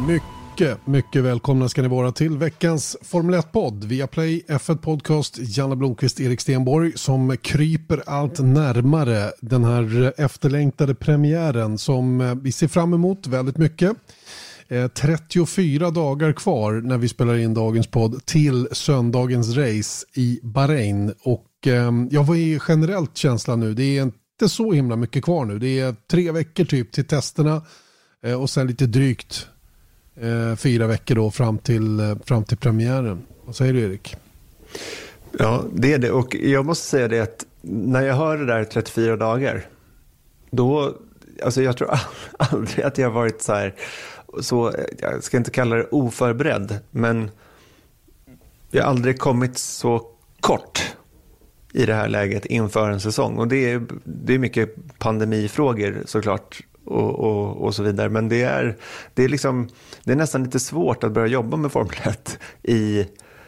Mycket välkomna ska ni vara till veckans Formel 1-podd via Play F1 Podcast. Janne Blomqvist, Erik Stenborg som kryper allt närmare den här efterlängtade premiären som vi ser fram emot väldigt mycket. 34 dagar kvar när vi spelar in dagens podd till söndagens race i Bahrain. Och jag var i generellt känsla nu, det är inte så himla mycket kvar nu. Det är 3 veckor typ till testerna och sen lite drygt 4 veckor då fram till premiären. Vad säger du, Erik? Ja, det är det. Och jag måste säga det att när jag hör det där 34 dagar då, alltså jag tror aldrig att jag har varit så, jag ska inte kalla det oförberedd, men jag har aldrig kommit så kort i det här läget inför en säsong. Och det är mycket pandemifrågor såklart och så vidare. Men det är nästan lite svårt att börja jobba med Formel 1 i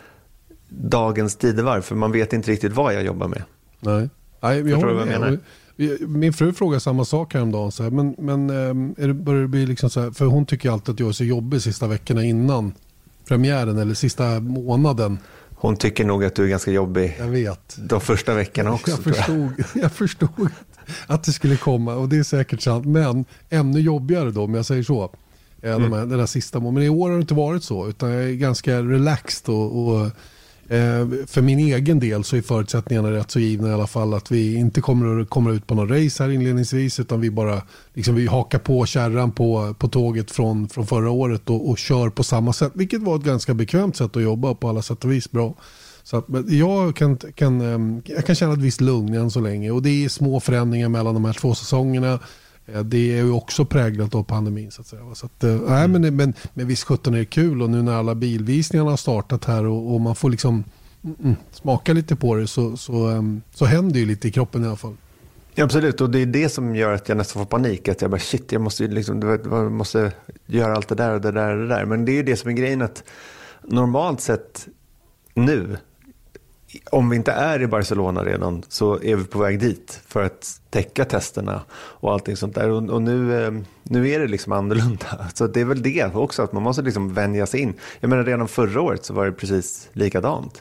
dagens tidevarv, för man vet inte riktigt vad jag jobbar med. Nej, jag håller med. Min fru frågar samma sak häromdagen så här, men börjar det bli liksom så här, för hon tycker alltid att jag är så jobbig sista veckorna innan premiären eller sista månaden. Hon tycker nog att du är ganska jobbig. Jag vet. De första veckorna också. Jag förstod att det skulle komma, och det är säkert sant, men ännu jobbigare då om jag säger så. Den där sista månaden. Men i år har det inte varit så, utan jag är ganska relaxed och för min egen del så är förutsättningarna rätt så givna i alla fall, att vi inte kommer ut på någon race här inledningsvis, utan vi bara vi hakar på kärran på tåget från förra året och kör på samma sätt, vilket var ett ganska bekvämt sätt att jobba på alla sätt och vis bra. Så att, jag kan känna ett visst lugn än så länge, och det är små förändringar mellan de här 2 säsongerna. Det är ju också präglat av pandemin så att säga. Så att, men visst 17 är det kul, och nu när alla bilvisningarna har startat här och man får liksom smaka lite på det så händer ju lite i kroppen i alla fall. Ja, absolut, och det är det som gör att jag nästan får panik, att jag bara jag måste göra allt det där och det där och det där. Men det är ju det som är grejen, att normalt sett nu, om vi inte är i Barcelona redan, så är vi på väg dit för att täcka testerna och allting sånt där. Och nu är det liksom annorlunda. Så det är väl det också, att man måste liksom vänja sig in. Jag menar, redan förra året så var det precis likadant.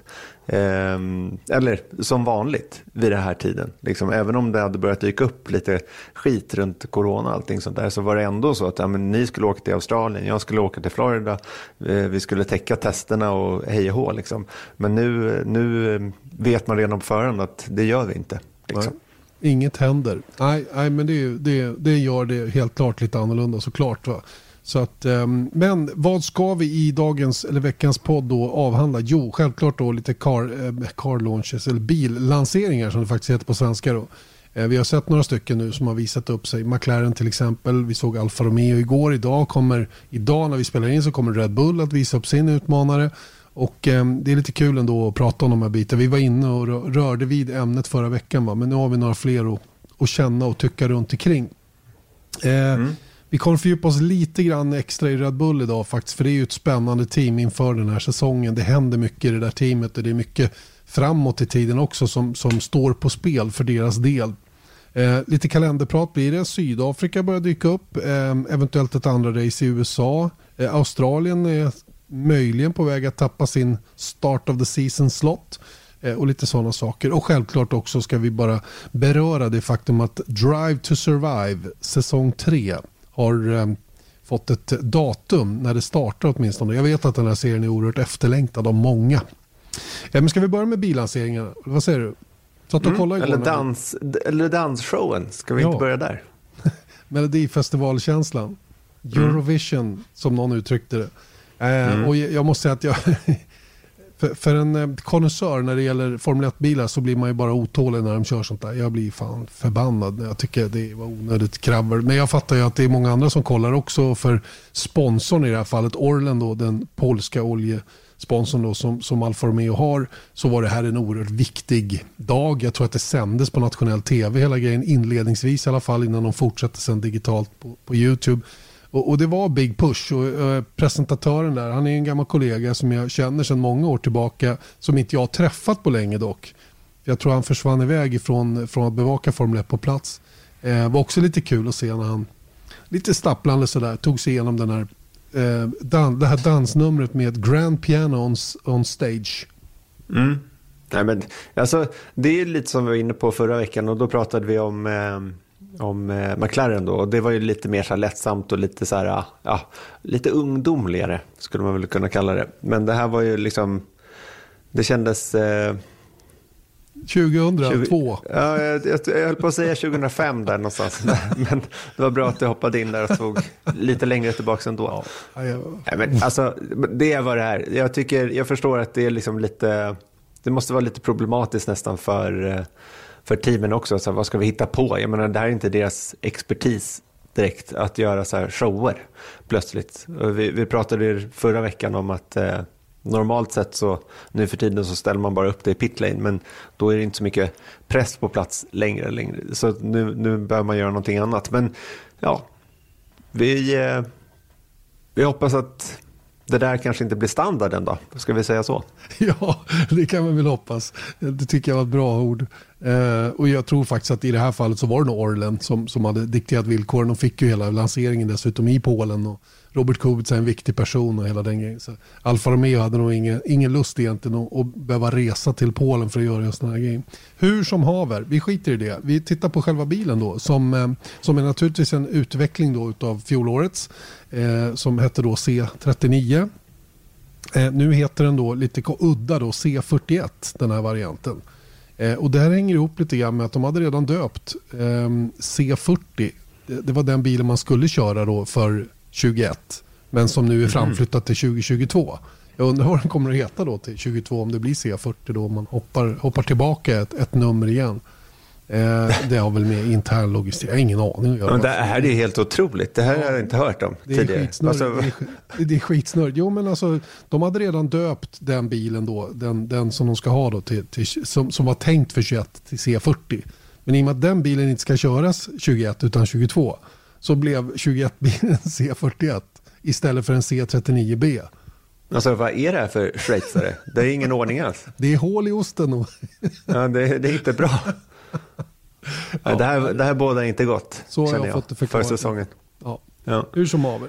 Eller som vanligt vid den här tiden. Liksom, även om det hade börjat dyka upp lite skit runt corona och allting sånt där, så var det ändå så att ni skulle åka till Australien, jag skulle åka till Florida, vi skulle täcka testerna och hej och hå liksom. Men nu vet man redan på förhand att det gör vi inte liksom. Nej, inget händer. Nej, men det gör det helt klart lite annorlunda såklart, va? Så att, men vad ska vi i dagens eller veckans podd då avhandla? Jo, självklart då lite car launches eller billanseringar som det faktiskt heter på svenska då. Vi har sett några stycken nu som har visat upp sig. McLaren till exempel, vi såg Alfa Romeo igår. Idag när vi spelar in så kommer Red Bull att visa upp sin utmanare. Och det är lite kul ändå att prata om de här bitarna. Vi var inne och rörde vid ämnet förra veckan, va? Men nu har vi några fler att känna och tycka runt omkring. Vi kommer fördjupa oss lite grann extra i Red Bull idag faktiskt, för det är ju ett spännande team inför den här säsongen. Det händer mycket i det där teamet och det är mycket framåt i tiden också som står på spel för deras del. Lite kalenderprat blir det. Sydafrika börjar dyka upp, eventuellt ett andra race i USA. Australien är möjligen på väg att tappa sin start of the season slot. Och lite sådana saker. Och självklart också ska vi bara beröra det faktum att Drive to Survive säsong 3 har fått ett datum när det startar åtminstone. Jag vet att den här serien är oerhört efterlängtad av många. Men ska vi börja med billanseringarna? Vad säger du? Så att kolla eller dansshowen. Ska vi inte börja där? Melodifestivalkänslan. Eurovision, som någon uttryckte det. Och jag måste säga att jag... För en konnässör när det gäller Formel 1-bilar så blir man ju bara otålig när de kör sånt där. Jag blir fan förbannad. Jag tycker det var onödigt krabbel. Men jag fattar ju att det är många andra som kollar också, för sponsorn i det här fallet, Orlen då, den polska oljesponsorn då, som Alfa Romeo har, så var det här en oerhört viktig dag. Jag tror att det sändes på nationell tv hela grejen inledningsvis i alla fall, innan de fortsatte sen digitalt på YouTube. Och det var big push, och presentatören där, han är en gammal kollega som jag känner sedan många år tillbaka, som inte jag har träffat på länge dock. Jag tror han försvann iväg från att bevaka Formel 1 på plats. Var också lite kul att se när han lite stapplande sådär tog sig igenom den här det här dansnumret med Grand Piano on Stage. Mm. Nej, men, alltså, det är lite som vi var inne på förra veckan, och då pratade vi om McLaren då, och det var ju lite mer så här lättsamt och lite så här, ja, lite ungdomligare skulle man väl kunna kalla det. Men det här var ju liksom, det kändes 2002. Ja, jag höll på att säga 2005 där någonstans. Men det var bra att du hoppade in där och tog lite längre tillbaka ändå. Ja. Nej, men alltså, det var det här. Jag förstår att det är liksom lite, det måste vara lite problematiskt nästan för teamen också. Så vad ska vi hitta på? Jag menar, det här är inte deras expertis direkt att göra så här shower plötsligt. Vi pratade förra veckan om att normalt sett så nu för tiden så ställer man bara upp det i pitlane, men då är det inte så mycket press på plats längre. Så nu bör man göra någonting annat. Men ja, vi hoppas att det där kanske inte blir standarden då. Ska vi säga så? Ja, det kan man väl hoppas. Det tycker jag var ett bra ord. Och jag tror faktiskt att i det här fallet så var det nog Orlen som hade dikterat villkoren. De fick ju hela lanseringen dessutom i Polen, och Robert Kubica är en viktig person och hela den grejen. Så Alfa Romeo hade nog ingen lust egentligen att behöva resa till Polen för att göra just den här grejen. Hur som haver, vi skiter i det. Vi tittar på själva bilen då, som är naturligtvis en utveckling då utav fjolårets, som hette då C39. Nu heter den då lite udda då C41, den här varianten. Och det här hänger ihop lite grann med att de hade redan döpt C40. Det var den bilen man skulle köra då för 21, men som nu är framflyttat till 2022. Jag undrar vad den kommer att heta då till 22, om det blir C40 då, om man hoppar tillbaka ett nummer igen. Det har väl med intern logistik. Jag har ingen aning. Men det här är helt otroligt. Det här har jag inte hört om tidigare. Det är skitsnurr. Jo, men alltså, de hade redan döpt den bilen då, den som de ska ha då som var tänkt för 21 till C40. Men i och med att den bilen inte ska köras 21 utan 22, så blev 21-bilen C41 istället för en C39B. Alltså, vad är det här för schweizare? Det är ingen ordning alls. Det är hål i osten. Ja, det är inte bra. Ja. Det här båda är inte gott, så har jag fått det förklarat för säsongen. Ja. Hur som haver.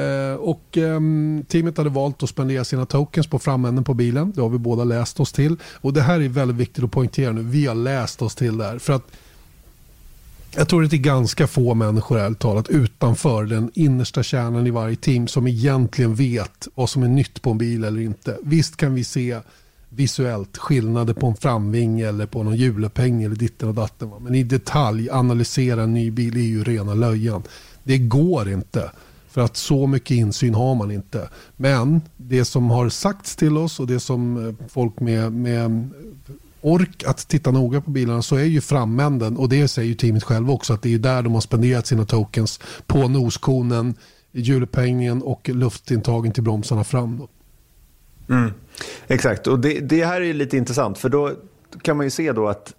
Teamet hade valt att spendera sina tokens på framänden på bilen. Det har vi båda läst oss till. Och det här är väldigt viktigt att poängtera nu. Vi har läst oss till där. För att jag tror att det är ganska få människor ärligt talat utanför den innersta kärnan i varje team som egentligen vet vad som är nytt på en bil eller inte. Visst kan vi se visuellt skillnader på en framvinge eller på någon hjulupphäng eller ditten och datten. Men i detalj analysera en ny bil är ju rena löjan. Det går inte, för att så mycket insyn har man inte. Men det som har sagts till oss och det som folk med ork att titta noga på bilarna, så är ju framänden, och det säger ju teamet själv också, att det är ju där de har spenderat sina tokens, på noskonen, hjulupphängningen och luftintagen till bromsarna fram då. Mm. Exakt, och det här är lite intressant, för då kan man ju se då att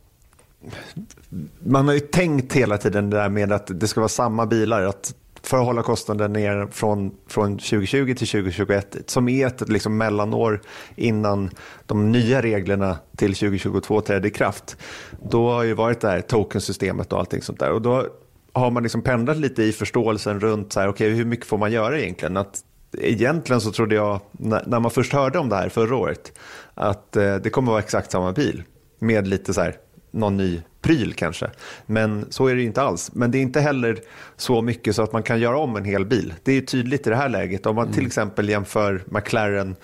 man har ju tänkt hela tiden där med att det ska vara samma bilar, att för att hålla kostnaden ner från 2020 till 2021, som är ett liksom mellanår innan de nya reglerna till 2022 trädde i kraft. Då har ju varit det här tokensystemet och allting sånt där, och då har man liksom pendlat lite i förståelsen runt så här, okej, hur mycket får man göra egentligen? Att egentligen så trodde jag, när man först hörde om det här förra året, att det kommer vara exakt samma bil med lite så här någon ny pryl kanske. Men så är det inte alls. Men det är inte heller så mycket så att man kan göra om en hel bil. Det är tydligt i det här läget. Om man till exempel jämför McLaren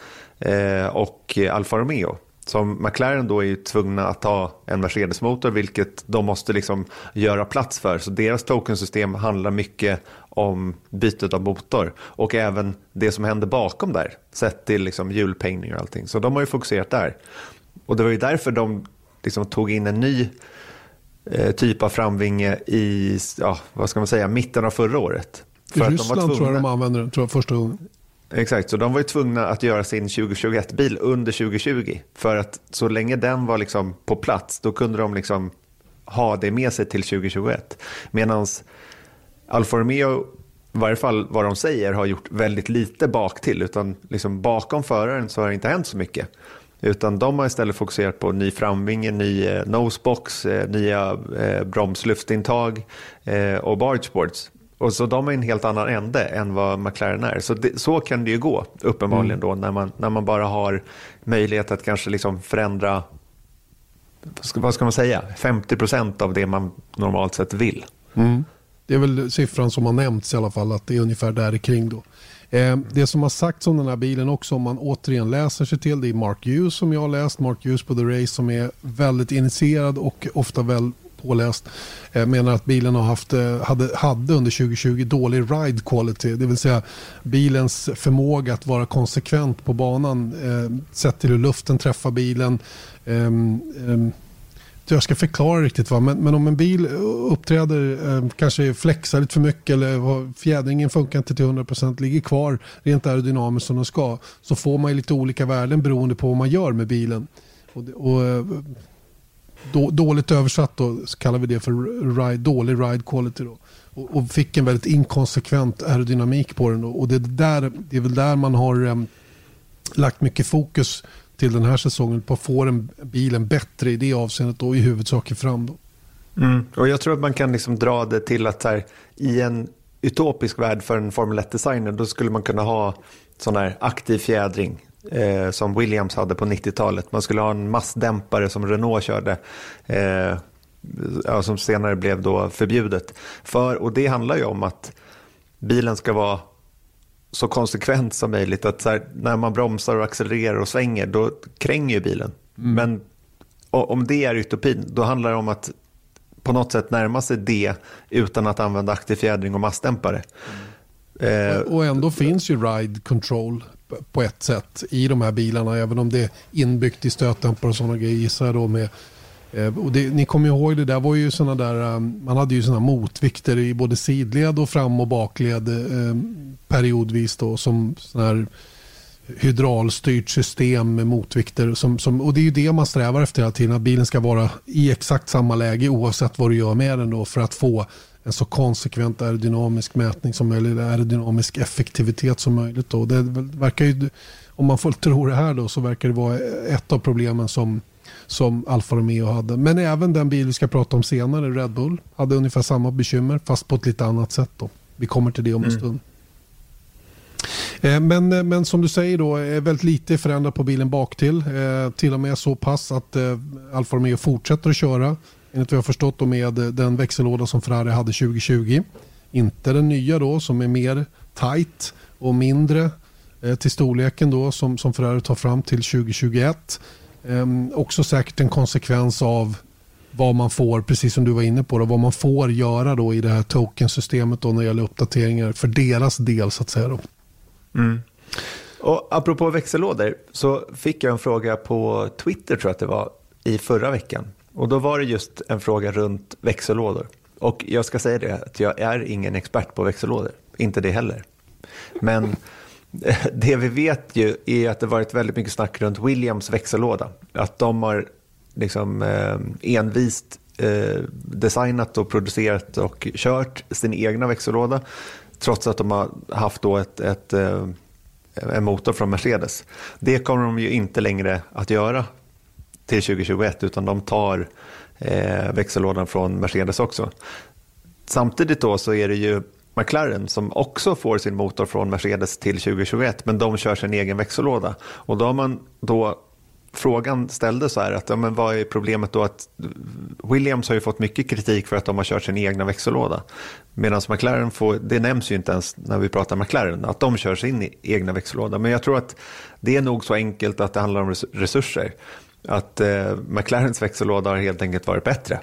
och Alfa Romeo. Som McLaren då är ju tvungna att ha en Mercedes-motor, vilket de måste liksom göra plats för. Så deras tokensystem handlar mycket om bytet av motor. Och även det som händer bakom där, sett till liksom hjulupphängning och allting. Så de har ju fokuserat där. Och det var ju därför de liksom tog in en ny typ av framvinge i, vad ska man säga, mitten av förra året. I Ryssland tror jag de använder den, tror jag, första gången. Exakt, så de var ju tvungna att göra sin 2021-bil under 2020. För att så länge den var liksom på plats, då kunde de liksom ha det med sig till 2021. Medan Alfa Romeo, i varje fall vad de säger, har gjort väldigt lite bak till. Utan liksom bakom föraren så har det inte hänt så mycket. Utan de har istället fokuserat på ny framvinge, ny nosebox, nya bromsluftintag och bargeboards. Och så de är en helt annan ände än vad McLaren är. Så kan det ju gå uppenbarligen då när man bara har möjlighet att kanske liksom förändra, vad ska man säga, 50% av det man normalt sett vill. Det är väl siffran som har nämnts i alla fall, att det är ungefär där kring då. Det som har sagts om den här bilen också, om man återigen läser sig till, det är Mark Hughes som jag har läst, Mark Hughes på The Race, som är väldigt initierad och ofta väl påläst, menar att bilen hade under 2020 dålig ride quality, det vill säga bilens förmåga att vara konsekvent på banan, sett till hur luften träffar bilen. Jag ska förklara riktigt men om en bil uppträder, kanske flexar lite för mycket eller fjädringen funkar inte till 100%, ligger kvar rent aerodynamiskt som den ska, så får man lite olika värden beroende på vad man gör med bilen. Dåligt översatt då, så kallar vi det för dålig ride quality då. Och fick en väldigt inkonsekvent aerodynamik på den då. Och det är väl där man har lagt mycket fokus till den här säsongen, på att få bilen bättre i det avseendet då, i huvudsaken fram då. Och jag tror att man kan liksom dra det till att här, i en utopisk värld för en Formel 1-designer, då skulle man kunna ha sån här aktiv fjädring som Williams hade på 90-talet. Man skulle ha en massdämpare som Renault körde, som senare blev då förbjudet. Och det handlar ju om att bilen ska vara så konsekvent som möjligt, att så här, när man bromsar och accelererar och svänger, då kränger ju bilen. Men om det är utopin, då handlar det om att på något sätt närma sig det utan att använda aktiv fjädring och massdämpare. Och ändå finns ju ride control på ett sätt i de här bilarna, även om det är inbyggt i stötdämpare och sådana grejer, gissar jag då med. Och ni kommer ihåg, det där var ju såna där, man hade ju såna motvikter i både sidled och fram- och bakled periodvis då, som sån här hydraulstyrt system med motvikter och det är ju det man strävar efter hela tiden, att bilen ska vara i exakt samma läge oavsett vad du gör med den då, för att få en så konsekvent aerodynamisk mätning som möjligt, aerodynamisk effektivitet som möjligt då. Det verkar ju, om man får tro det här då, så verkar det vara ett av problemen som Alfa Romeo hade. Men även den bil vi ska prata om senare, Red Bull, hade ungefär samma bekymmer, fast på ett lite annat sätt då. Vi kommer till det om en stund. Men som du säger då, är väldigt lite förändrat på bilen bak till och med så pass att Alfa Romeo fortsätter att köra, enligt vad jag har förstått då, med den växellåda som Ferrari hade 2020. Inte den nya då, som är mer tight och mindre till storleken då, som Ferrari tar fram till 2021. Också säkert en konsekvens av vad man får, precis som du var inne på då, vad man får göra då i det här tokensystemet då, när det gäller uppdateringar för deras del så att säga då. Och apropå växellådor, så fick jag en fråga på Twitter, tror jag att det var, i förra veckan. Och då var det just en fråga runt växellådor. Och jag ska säga det, att jag är ingen expert på växellådor. Inte det heller. Men det vi vet ju är att det varit väldigt mycket snack runt Williams växellåda. Att de har liksom envist designat och producerat och kört sin egna växellåda, trots att de har haft då en motor från Mercedes. Det kommer de ju inte längre att göra till 2021, utan de tar växellådan från Mercedes också. Samtidigt då så är det ju McLaren som också får sin motor från Mercedes till 2021, men de kör sin egen växellåda. Och då har man frågan ställde så här att ja, men vad är problemet då, att Williams har ju fått mycket kritik för att de har kört sin egna växellåda, medan McLaren det nämns ju inte ens när vi pratar McLaren att de kör sin egna växellåda. Men jag tror att det är nog så enkelt att det handlar om resurser, att McLarens växellåda har helt enkelt varit bättre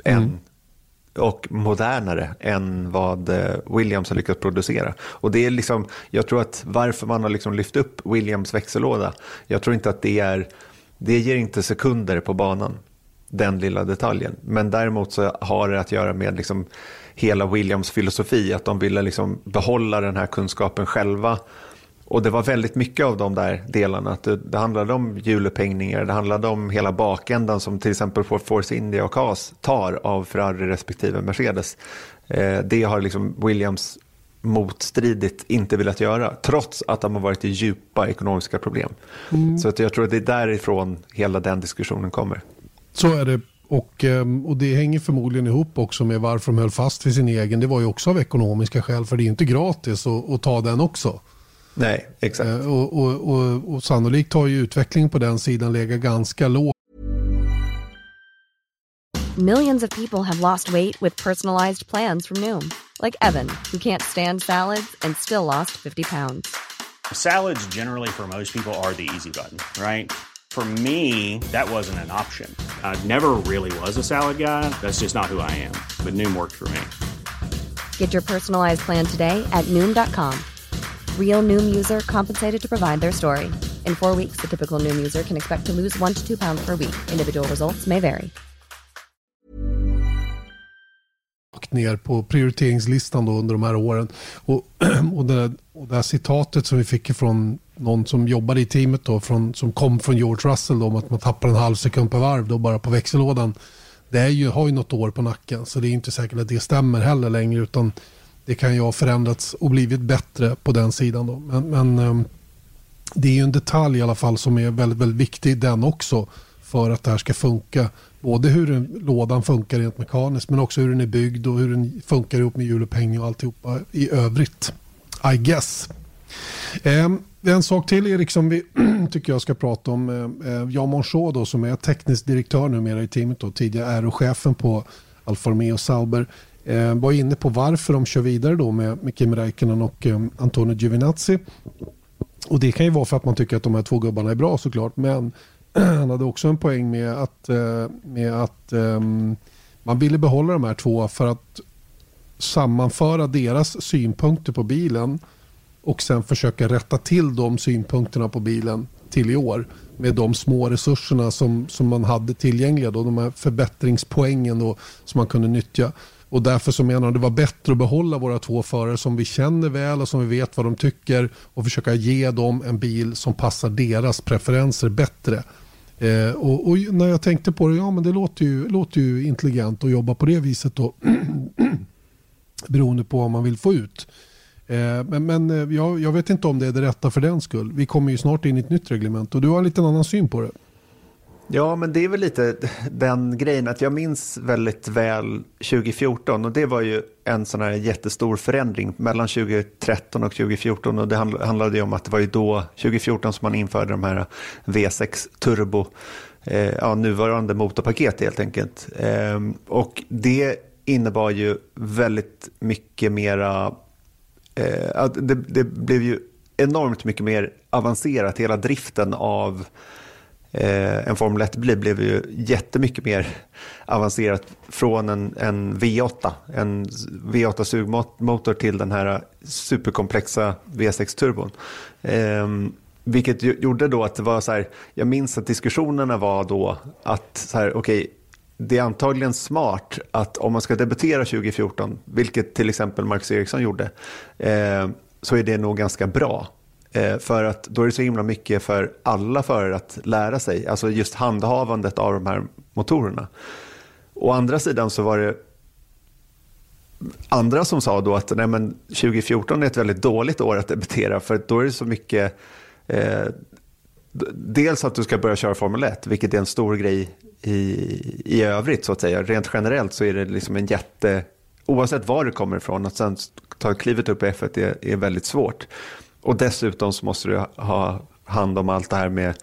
och modernare än vad Williams har lyckats producera. Och det är liksom, jag tror att varför man har liksom lyft upp Williams växellåda, jag tror inte att det ger inte sekunder på banan, den lilla detaljen. Men däremot så har det att göra med liksom hela Williams filosofi, att de ville liksom behålla den här kunskapen själva. Och det var väldigt mycket av de där delarna. Att det handlade om hjulupphängningar, det handlade om hela bakändan som till exempel Force India och Haas tar av Ferrari respektive Mercedes. Det har liksom Williams motstridigt inte velat göra, trots att de har varit i djupa ekonomiska problem. Så att jag tror att det är därifrån hela den diskussionen kommer. Så är det Och det hänger förmodligen ihop också med varför de höll fast vid sin egen. Det var ju också av ekonomiska skäl, för det är inte gratis att ta den också. Nej, exakt. Och sannolikt har ju utvecklingen på den sidan legat ganska lågt. Millions of people have lost weight with personalized plans from Noom. Like Evan, who can't stand salads and still lost 50 pounds. Salads generally for most people are the easy button, right? For me, that wasn't an option. I never really was a salad guy. That's just not who I am. But Noom worked for me. Get your personalized plan today at Noom.com. Real Noom user compensated to provide their story. In 4 weeks, the typical Noom user can expect to lose 1 to 2 pounds per week. Individual results may vary. Ner på prioriteringslistan då under de här åren. Och det här citatet som vi fick från någon som jobbade i teamet då, som kom från George Russell då, om att man tappar en halv sekund per varv då bara på växellådan. Det har ju något år på nacken, så det är inte säkert att det stämmer heller längre, utan det kan ju ha förändrats och blivit bättre på den sidan då. Men det är ju en detalj i alla fall som är väldigt, väldigt viktig den också, för att det här ska funka. Både hur lådan funkar rent mekaniskt, men också hur den är byggd och hur den funkar ihop med hjulupphängning och alltihopa i övrigt. I guess. En sak till, Erik, som vi tycker jag ska prata om. Jan Monchaux då, som är teknisk direktör numera i teamet då, tidigare aerochefen på Alfa Romeo Sauber, var inne på varför de kör vidare då med Kimi Räikkönen och Antonio Giovinazzi. Och det kan ju vara för att man tycker att de här två gubbarna är bra såklart, men han hade också en poäng med att man ville behålla de här två för att sammanföra deras synpunkter på bilen och sen försöka rätta till de synpunkterna på bilen till i år med de små resurserna som man hade tillgängliga då, de här förbättringspoängen då, som man kunde nyttja. Och därför så menar det var bättre att behålla våra två förare som vi känner väl och som vi vet vad de tycker, och försöka ge dem en bil som passar deras preferenser bättre. Och när jag tänkte på det, ja men det låter ju intelligent att jobba på det viset då, beroende på vad man vill få ut. Men jag vet inte om det är det rätta för den skull. Vi kommer ju snart in i ett nytt reglement och du har en liten annan syn på det. Ja, men det är väl lite den grejen att jag minns väldigt väl 2014, och det var ju en sån här jättestor förändring mellan 2013 och 2014, och det handlade ju om att det var ju då 2014 som man införde de här V6 turbo, nuvarande motorpaket helt enkelt. Och det innebar ju väldigt mycket mera, det blev ju enormt mycket mer avancerat. Hela driften av en Formel 1-bil blev ju jättemycket mer avancerat från en V8, en V8 sugmotor till den här superkomplexa V6-turbon. Vilket gjorde då att det var så här, jag minns att diskussionerna var då att så här, okej, det är antagligen smart att om man ska debutera 2014, vilket till exempel Marcus Ericsson gjorde, så är det nog ganska bra. För att då är det så himla mycket för alla förare att lära sig. Alltså just handhavandet av de här motorerna. Å andra sidan så var det andra som sa då att nej, men 2014 är ett väldigt dåligt år att debutera. För då är det så mycket, dels att du ska börja köra Formel 1, vilket är en stor grej i övrigt så att säga. Rent generellt så är det liksom en oavsett var det kommer ifrån, att sen ta klivet upp i F1 är väldigt svårt. Och dessutom så måste du ha hand om allt det här med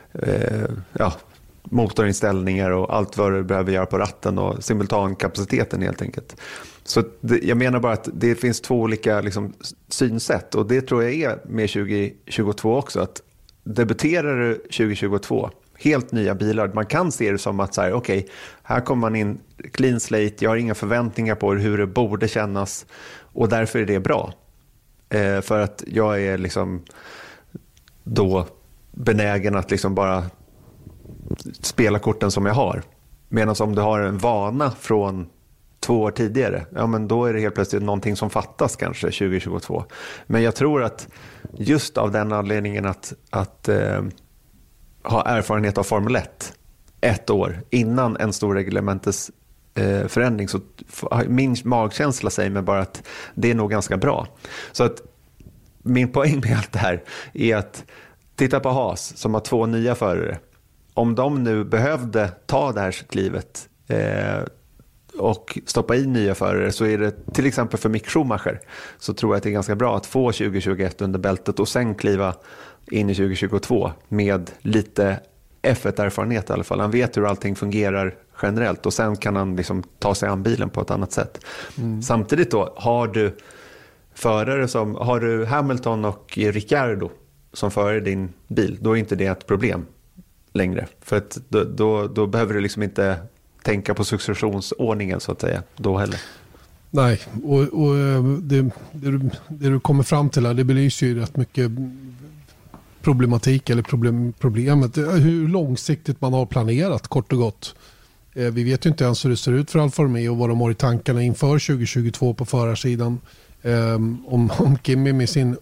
motorinställningar och allt vad du behöver göra på ratten och simultankapaciteten helt enkelt. Så jag menar bara att det finns två olika liksom, synsätt, och det tror jag är med 2022 också, att debuterar du 2022, helt nya bilar, man kan se det som att så här, okej, här kommer man in clean slate, jag har inga förväntningar på hur det borde kännas, och därför är det bra. För att jag är liksom då benägen att liksom bara spela korten som jag har. Medan om du har en vana från 2 år tidigare, ja men då är det helt plötsligt någonting som fattas kanske 2022. Men jag tror att just av den anledningen att ha erfarenhet av Formel 1 år innan en stor reglementets förändring, så min magkänsla säger mig bara att det är nog ganska bra. Så att min poäng med allt det här är att titta på Haas som har 2 nya förare. Om de nu behövde ta det här klivet och stoppa in nya förare, så är det till exempel för Mick Schumacher, så tror jag att det är ganska bra att få 2021 under bältet och sen kliva in i 2022 med lite F1-erfarenhet i alla fall. Han vet hur allting fungerar generellt och sen kan han liksom ta sig an bilen på ett annat sätt. Samtidigt då, har du förare som, har du Hamilton och Ricciardo som förare din bil, då är inte det ett problem längre. För att då behöver du liksom inte tänka på successionsordningen så att säga då heller. Nej, och det du kommer fram till här, det belyser ju rätt mycket problematik eller problemet. Hur långsiktigt man har planerat, kort och gott. Vi vet ju inte ens hur det ser ut för Alfa Romeo och vad de har i tankarna inför 2022 på förarsidan. Om Kimi med sin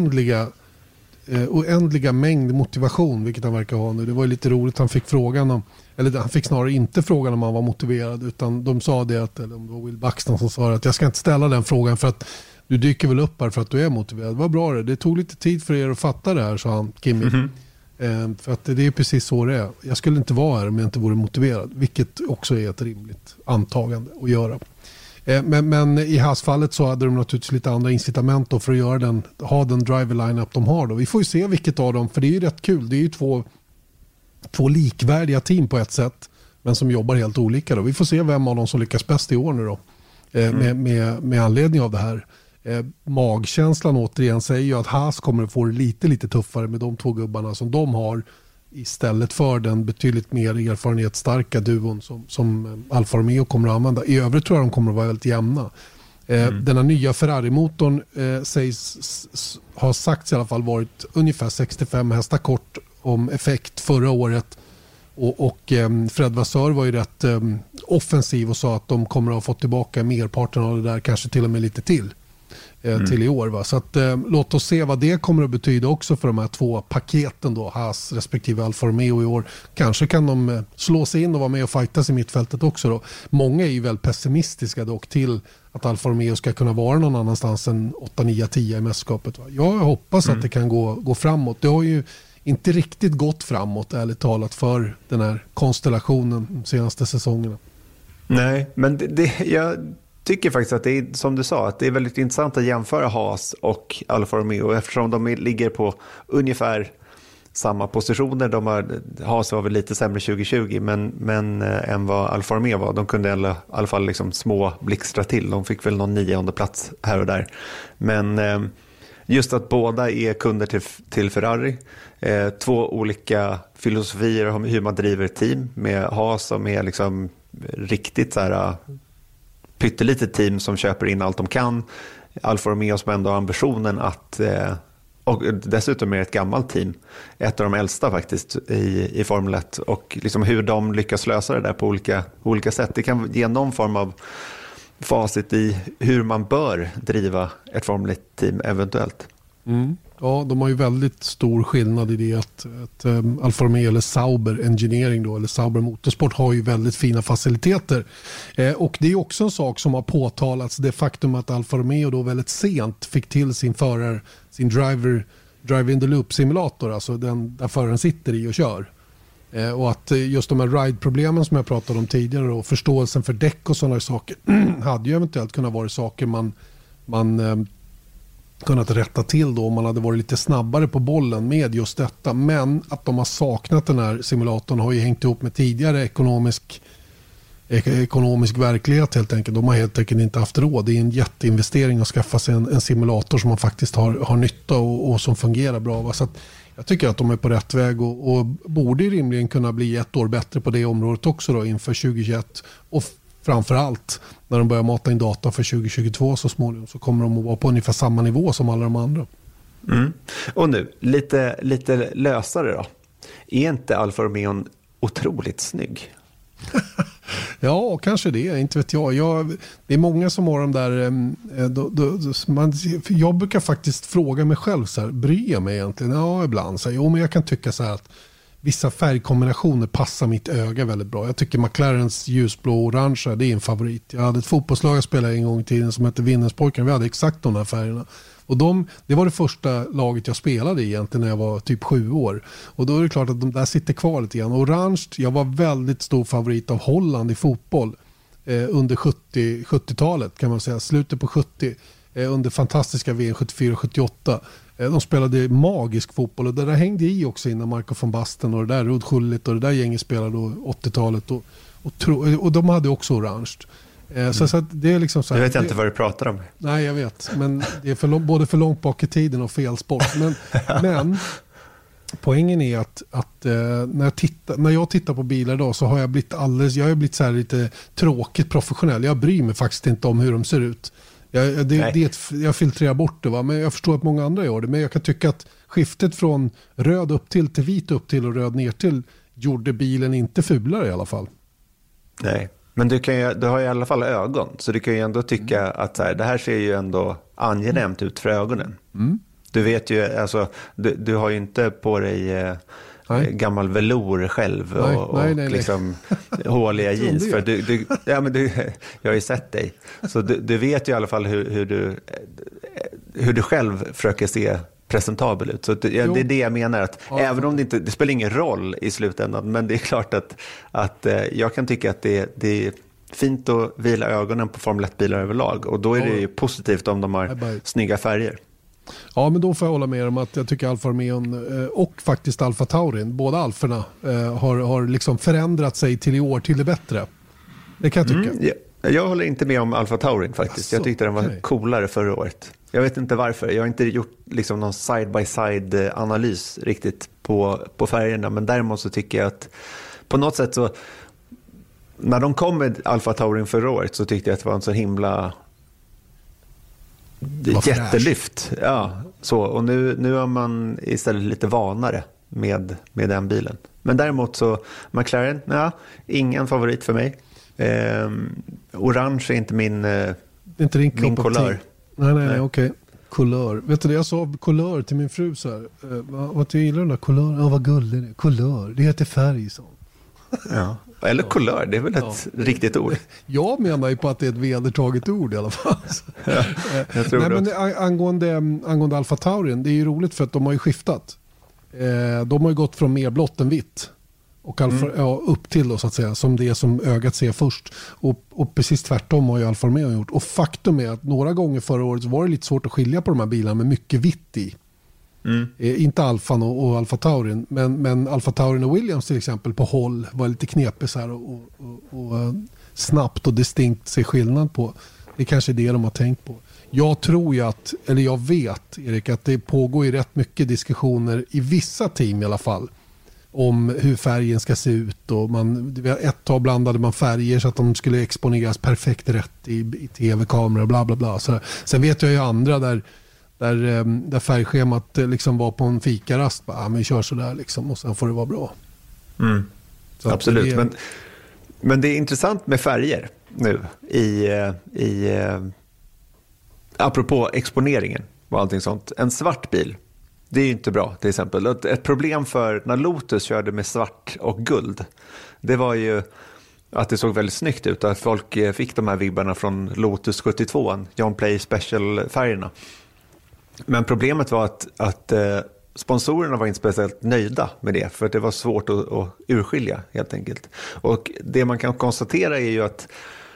oändliga mängd motivation, vilket han verkar ha nu. Det var ju lite roligt, han fick frågan om, eller han fick snarare inte frågan om han var motiverad, utan de sa det att, eller om det var Will Buxton som sa att jag ska inte ställa den frågan för att du dyker väl upp här för att du är motiverad. Vad bra det tog lite tid för er att fatta det här, sa han, Kimi. För att det är precis så det är. Jag skulle inte vara här om jag inte vore motiverad, vilket också är ett rimligt antagande att göra. Men i Haas-fallet så hade de naturligtvis lite andra incitament då för att göra ha den driver line-up de har då. Vi får ju se vilket av dem, för det är ju rätt kul. Det är ju två likvärdiga team på ett sätt, men som jobbar helt olika då. Vi får se vem av dem som lyckas bäst i år nu då. Med anledning av det här. Magkänslan återigen säger ju att Haas kommer att få det lite tuffare med de två gubbarna som de har, istället för den betydligt mer erfarenhetsstarka duon som Alfa Romeo kommer att använda. I övrigt tror jag de kommer att vara väldigt jämna. Den här nya Ferrari-motorn har sagts i alla fall varit ungefär 65 hästar kort om effekt förra året. Och Fred Vasseur var ju rätt offensiv och sa att de kommer att ha fått tillbaka merparten av det där, kanske till och med lite till i år. Va? Så att, låt oss se vad det kommer att betyda också för de här två paketen då, Haas respektive Alfa Romeo i år. Kanske kan de slå sig in och vara med och fightas i mittfältet också då. Många är ju väl pessimistiska dock till att Alfa Romeo ska kunna vara någon annanstans än 8, 9, 10 i mästerskapet. Va? Jag hoppas att det kan gå framåt. Det har ju inte riktigt gått framåt, ärligt talat, för den här konstellationen de senaste säsongerna. Nej, men jag tycker faktiskt att det är, som du sa, att det är väldigt intressant att jämföra Haas och Alfa Romeo eftersom de ligger på ungefär samma positioner. Haas var väl lite sämre 2020 men än vad Alfa Romeo var. De kunde i alla fall liksom små blixtra till. De fick väl någon 9:e plats här och där. Men just att båda är kunder till Ferrari. Två olika filosofier om hur man driver ett team. Med Haas som är liksom riktigt så här pyttelitet team som köper in allt de kan. Alfa Romeo som ändå har ambitionen att, och dessutom är ett gammalt team, ett av de äldsta faktiskt i Formel 1, och liksom hur de lyckas lösa det där på olika sätt. Det kan ge någon form av facit i hur man bör driva ett Formel 1-team eventuellt. Ja, de har ju väldigt stor skillnad i det att Alfa Romeo eller Sauber Engineering då, eller Sauber Motorsport har ju väldigt fina faciliteter. Och det är också en sak som har påtalats, det faktum att Alfa Romeo då väldigt sent fick till sin driver in the loop simulator, alltså den där föraren sitter i och kör. Och att just de här ride-problemen som jag pratade om tidigare och förståelsen för däck och sådana saker hade ju eventuellt kunnat vara saker man kunnat rätta till då om man hade varit lite snabbare på bollen med just detta. Men att de har saknat den här simulatorn har ju hängt ihop med tidigare ekonomisk verklighet helt enkelt. De har helt enkelt inte haft råd. Det är en jätteinvestering att skaffa sig en simulator som man faktiskt har nytta och som fungerar bra. Va? Så att jag tycker att de är på rätt väg och borde rimligen kunna bli ett år bättre på det området också då inför 2021. Och framförallt när de börjar mata in data för 2022 så småningom så kommer de att vara på ungefär samma nivå som alla de andra. Och nu, lite lösare då. Är inte Alfa Romeo otroligt snygg? Ja, kanske det. Inte vet jag. Det är många som har de där... jag brukar faktiskt fråga mig själv så här, bryr jag mig egentligen? Ja, ibland. Så här, men jag kan tycka så här att vissa färgkombinationer passar mitt öga väldigt bra. Jag tycker McLarens ljusblå och orangea, det är en favorit. Jag hade ett fotbollslag jag spelade en gång i tiden som hette Vinnerspojken. Vi hade exakt de här färgerna. Och det var det första laget jag spelade egentligen när jag var typ 7 år. Och då är det klart att de där sitter kvar lite grann. Orange, jag var väldigt stor favorit av Holland i fotboll under 70-talet kan man säga. Slutet på 70, under fantastiska VM 74-78. De spelade magisk fotboll och det där hängde i också innan Marco von Basten och det där Rud Schullit och det där gänget spelade då 80-talet och de hade också orange. Så att det är liksom så här, jag vet inte vad du pratar om. Nej, jag vet, men det är både för långt bak i tiden och fel sport. Men poängen är att när jag tittar på bilar idag så har jag blivit så här lite tråkigt professionell. Jag bryr mig faktiskt inte om hur de ser ut. Jag filtrerar bort det, va? Men jag förstår att många andra gör det. Men jag kan tycka att skiftet från röd upp till vit upp till och röd ner till gjorde bilen inte fulare i alla fall. Nej. Men du har i alla fall ögon, så du kan ju ändå tycka att det här ser ju ändå angenämt ut för ögonen. Mm. Du vet ju, alltså, du har ju inte på dig gammal velour själv och liksom håliga jeans. För jag har ju sett dig. Så du vet ju i alla fall hur du själv försöker se presentabel ut. Så det är det jag menar, att även om det spelar ingen roll i slutändan, men det är klart att jag kan tycka att det är fint att vila ögonen på Formel 1-bilar överlag, och då är det ju positivt om de har snygga färger. Ja, men då får jag hålla med om att jag tycker Alfa Romeo och faktiskt Alfa Taurin, båda alferna har liksom förändrat sig till i år till det bättre. Det kan jag tycka. Jag håller inte med om Alfa Taurin faktiskt. Jag tyckte den var coolare förra året. Jag vet inte varför. Jag har inte gjort liksom någon side-by-side analys riktigt på färgerna. Men däremot så tycker jag att på något sätt så, när de kom med Alfa Taurin förra året, så tyckte jag att det var en så himla jättelyft. Ja, så. Och nu är man istället lite vanare med den bilen. Men däremot så McLaren, ingen favorit för mig. Orange är inte min kulör. Nej, okej. Kulör. Vet du det, jag sa kulör till min fru så här. Vad du gillar den där kulör? Ja, vad gullig det är. Kulör, det heter färg, så. Ja. Eller kulör, det är väl ett riktigt ord. Jag menar ju på att det är ett vedertaget ord i alla fall. Jag tror det. Men angående Alfa Taurin, det är ju roligt för att de har ju skiftat. De har ju gått från mer blått än vitt. Och upp till då, så att säga, som det som ögat ser först. Och precis tvärtom har ju Alfa Romeo gjort. Och faktum är att några gånger förra året så var det lite svårt att skilja på de här bilarna med mycket vitt i. Inte Alfan och Alfa Taurin, men Alfa Taurin och Williams till exempel på håll var lite knepigt så här och snabbt och distinkt se skillnad på. Det är kanske det de har tänkt på. Jag tror ju jag vet, Erik, att det pågår ju rätt mycket diskussioner i vissa team i alla fall om hur färgen ska se ut, och ett tag blandade man färger så att de skulle exponeras perfekt rätt i tv-kameror och bla bla bla. Så, sen vet jag ju andra där färgschemat liksom var på en fikarast, men vi kör så där liksom, och sen får det vara bra. Så absolut, men det är intressant med färger nu i apropå exponeringen och allting sånt. En svart bil, det är ju inte bra till exempel. Ett problem för när Lotus körde med svart och guld, det var ju att det såg väldigt snyggt ut, att folk fick de här vibbarna från Lotus 72, John Play Special-färgerna. Men problemet var att sponsorerna var inte speciellt nöjda med det, för att det var svårt att urskilja helt enkelt. Och det man kan konstatera är ju att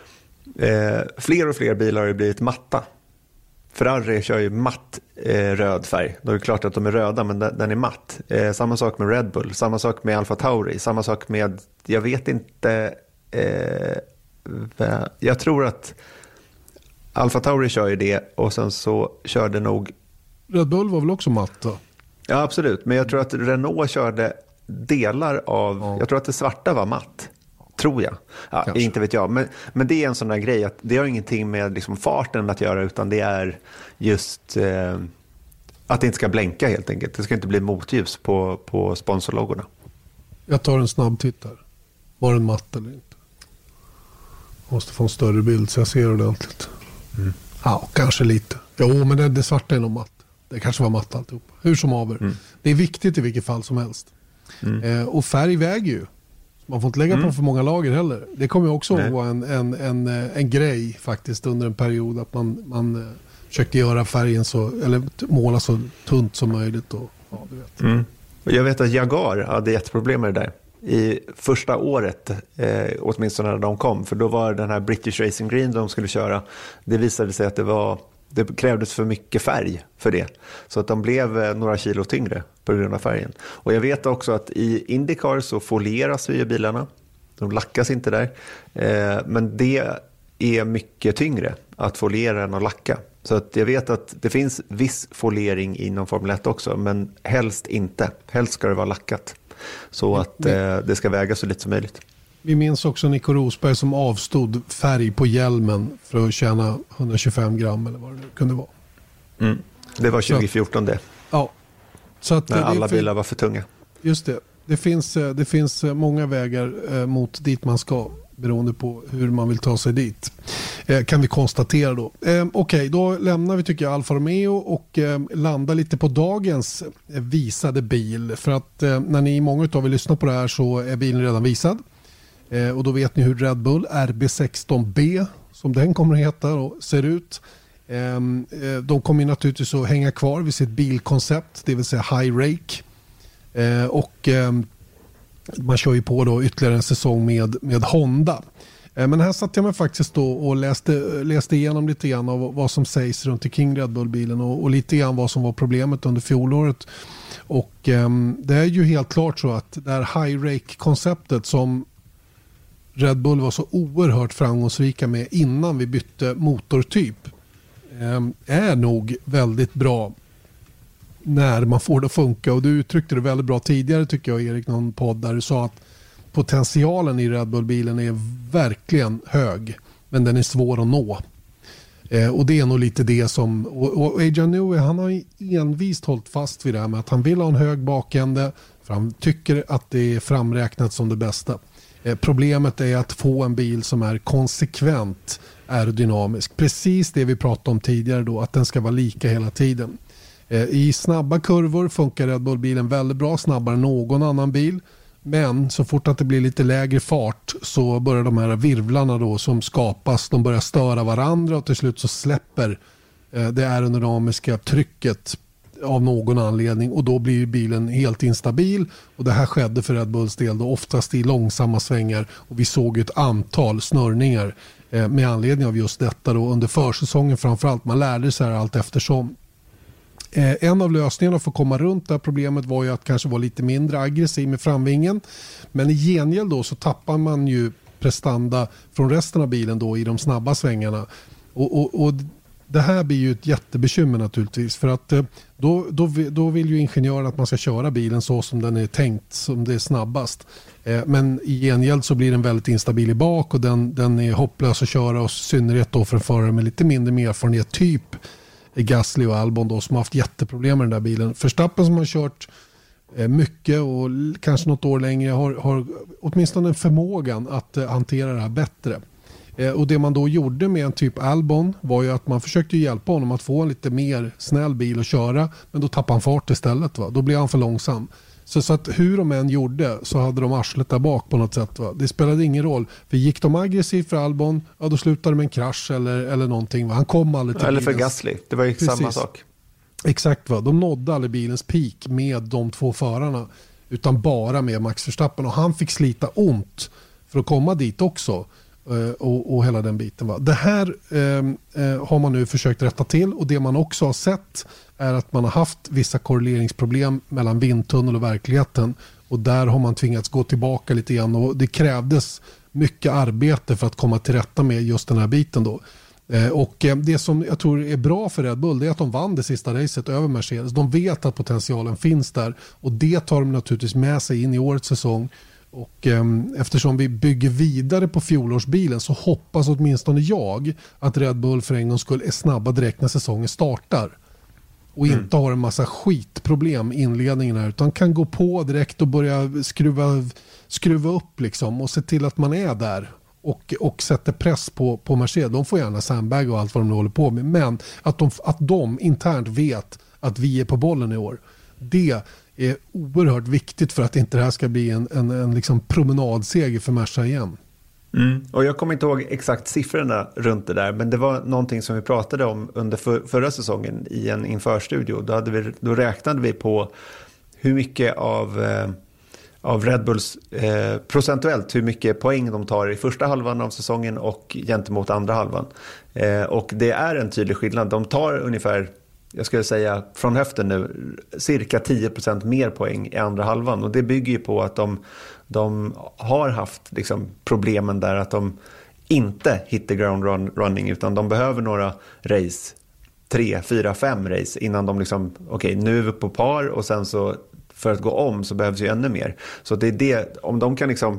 fler och fler bilar har blivit matta. Ferrari kör ju matt röd färg. Då är det klart att de är röda, men den är matt. Samma sak med Red Bull, samma sak med Alfa Tauri, samma sak med, jag vet inte, jag tror att Alfa Tauri kör ju det, och sen så körde nog Red Bull var väl också matt då? Ja, absolut. Men jag tror att Renault körde delar av, jag tror att det svarta var matt. Tror jag. Ja, inte vet jag. Men det är en sån där grej att det har ingenting med liksom farten att göra, utan det är just att det inte ska blänka helt enkelt. Det ska inte bli motljus på sponsorloggorna. Jag tar en snabb titt här. Var den matt eller inte? Jag måste få en större bild så jag ser ordentligt. Ja, kanske lite. Jo, men det svarta är nog matt. Det kanske var matt alltihop. Hur som haver. Det är viktigt i vilket fall som helst. Och färg väger ju. Man får inte lägga på för många lager heller. Det kommer ju också att vara en grej faktiskt under en period, att man försökte göra färgen eller måla så tunt som möjligt. Och, ja, du vet. Mm. Jag vet att Jaguar hade jätteproblem med det där. I första året, åtminstone när de kom, för då var den här British Racing Green de skulle köra, det visade sig att det krävdes för mycket färg för det. Så att de blev några kilo tyngre på grund av färgen. Och jag vet också att i IndyCar så folieras ju bilarna. De lackas inte där. Men det är mycket tyngre att foliera än att lacka. Så att jag vet att det finns viss foliering inom Formel 1 också, men helst inte. Helst ska det vara lackat. Så att det ska väga så lite som möjligt. Vi minns också Nico Rosberg som avstod färg på hjälmen för att tjäna 125 gram eller vad det kunde vara. Mm. Det var 2014 det. Ja. Så att, när alla bilar var för tunga. Just det. Det finns många vägar mot dit man ska, beroende på hur man vill ta sig dit. Kan vi konstatera då. Okej, då lämnar vi tycker jag Alfa Romeo och landar lite på dagens visade bil. För att när ni många av er lyssnar på det här så är bilen redan visad. Och då vet ni hur Red Bull RB16B, som den kommer att heta då, ser ut. De kommer naturligtvis att hänga kvar vid sitt bilkoncept, det vill säga High Rake. Och man kör ju på då ytterligare en säsong med Honda. Men här satt jag mig faktiskt då och läste igenom lite grann av vad som sägs runt omkring Red Bull-bilen och lite grann vad som var problemet under fjolåret. Och det är ju helt klart så att det här High Rake-konceptet som Red Bull var så oerhört framgångsrika med innan vi bytte motortyp är nog väldigt bra när man får det att funka. Och du uttryckte det väldigt bra tidigare tycker jag, Erik, någon podd där du sa att potentialen i Red Bull-bilen är verkligen hög, men den är svår att nå. Och det är nog lite det som... Och Adrian Newey, han har envist hållit fast vid det här med att han vill ha en hög bakände, för han tycker att det är framräknat som det bästa. Problemet är att få en bil som är konsekvent aerodynamisk. Precis det vi pratade om tidigare då, att den ska vara lika hela tiden. I snabba kurvor funkar Red Bull-bilen väldigt bra, snabbare än någon annan bil. Men så fort att det blir lite lägre fart så börjar de här virvlarna då som skapas, de börjar störa varandra och till slut så släpper det aerodynamiska trycket av någon anledning och då blir ju bilen helt instabil. Och det här skedde för Red Bulls del då oftast i långsamma svängar och vi såg ett antal snörningar med anledning av just detta då under försäsongen framförallt. Man lärde sig här allt eftersom. En av lösningarna för att komma runt det här problemet var ju att kanske vara lite mindre aggressiv med framvingen. Men i gengäld då så tappar man ju prestanda från resten av bilen då i de snabba svängarna. Och det här blir ju ett jättebekymmer naturligtvis, för att då vill ju ingenjören att man ska köra bilen så som den är tänkt, som det är snabbast. Men i gengäld så blir den väldigt instabil i bak och den är hopplös att köra, och i synnerhet då för en förare med lite mindre erfarenhet, typ Gasly och Albon då, som har haft jätteproblem med den där bilen. Verstappen som har kört mycket och kanske något år längre har åtminstone en förmågan att hantera det här bättre. Och det man då gjorde med en typ Albon var ju att man försökte hjälpa honom att få en lite mer snäll bil att köra, men då tappade han fart istället. Va? Då blev han för långsam. Så att hur de än gjorde så hade de arslet där bak på något sätt. Va? Det spelade ingen roll. För gick de aggressivt för Albon, ja, då slutade de med en krasch eller någonting. Va? Han kom aldrig till eller för bilens... Gasly, det var ju samma sak. Exakt, va? De nådde aldrig bilens peak med de två förarna, utan bara med Max Verstappen. Och han fick slita ont för att komma dit också. Och hela den biten. Va? Det här har man nu försökt rätta till, och det man också har sett är att man har haft vissa korreleringsproblem mellan vindtunnel och verkligheten, och där har man tvingats gå tillbaka lite grann, och det krävdes mycket arbete för att komma till rätta med just den här biten då. Och det som jag tror är bra för Red Bull, det är att de vann det sista racet över Mercedes. De vet att potentialen finns där, och det tar de naturligtvis med sig in i årets säsong. Och eftersom vi bygger vidare på fjolårsbilen så hoppas åtminstone jag att Red Bull för en gång skulle är snabba direkt när säsongen startar. Och inte har en massa skitproblem i inledningen här, utan kan gå på direkt och börja skruva upp liksom, och se till att man är där och sätter press på Mercedes. De får gärna sandbag och allt vad de håller på med, men att de internt vet att vi är på bollen i år. Det är oerhört viktigt för att inte det här ska bli en liksom promenadseger för Merca igen. Och jag kommer inte ihåg exakt siffrorna runt det där, men det var någonting som vi pratade om under förra säsongen i en införstudio. Då räknade vi på hur mycket av Red Bulls procentuellt, hur mycket poäng de tar i första halvan av säsongen och gentemot andra halvan. Och det är en tydlig skillnad. De tar ungefär, jag skulle säga från höften nu, cirka 10% mer poäng i andra halvan. Och det bygger ju på att de har haft liksom problemen där att de inte hittar ground running, utan de behöver några race, 3, 4, 5 race innan de liksom, okej, nu är vi på par och sen så för att gå om så behövs ju ännu mer. Så det är det, om de kan liksom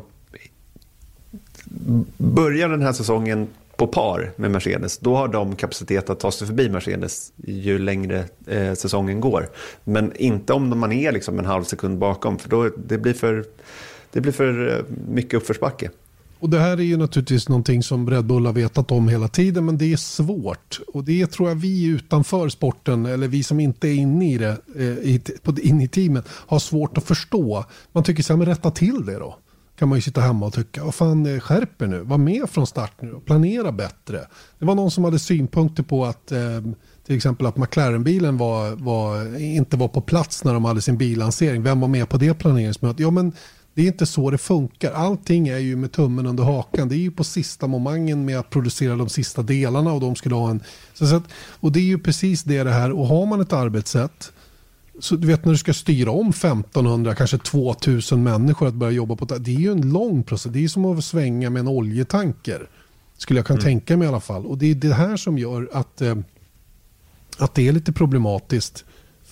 börja den här säsongen på par med Mercedes, då har de kapacitet att ta sig förbi Mercedes ju längre säsongen går. Men inte om man är liksom en halv sekund bakom, för då det blir för mycket uppförsbacke. Och det här är ju naturligtvis någonting som Red Bull har vetat om hela tiden, men det är svårt. Och det tror jag vi utanför sporten, eller vi som inte är inne i det, inne i teamet, har svårt att förstå. Man tycker så här, men rätta till det då. Kan man ju sitta hemma och tycka, vad fan, skärper nu, var med från start nu och planera bättre. Det var någon som hade synpunkter på att till exempel att McLaren-bilen inte var på plats när de hade sin billansering. Vem var med på det planeringsmötet? Ja, men det är inte så det funkar. Allting är ju med tummen under hakan. Det är ju på sista momangen med att producera de sista delarna och de skulle ha en... och det är ju precis det här. Och har man ett arbetssätt, så du vet när du ska styra om 1500, kanske 2000 människor att börja jobba på det är ju en lång process. Det är som att svänga med en oljetanker. Skulle jag kunna tänka mig i alla fall. Och det är det här som gör att det är lite problematiskt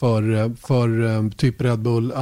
för typ Red Bull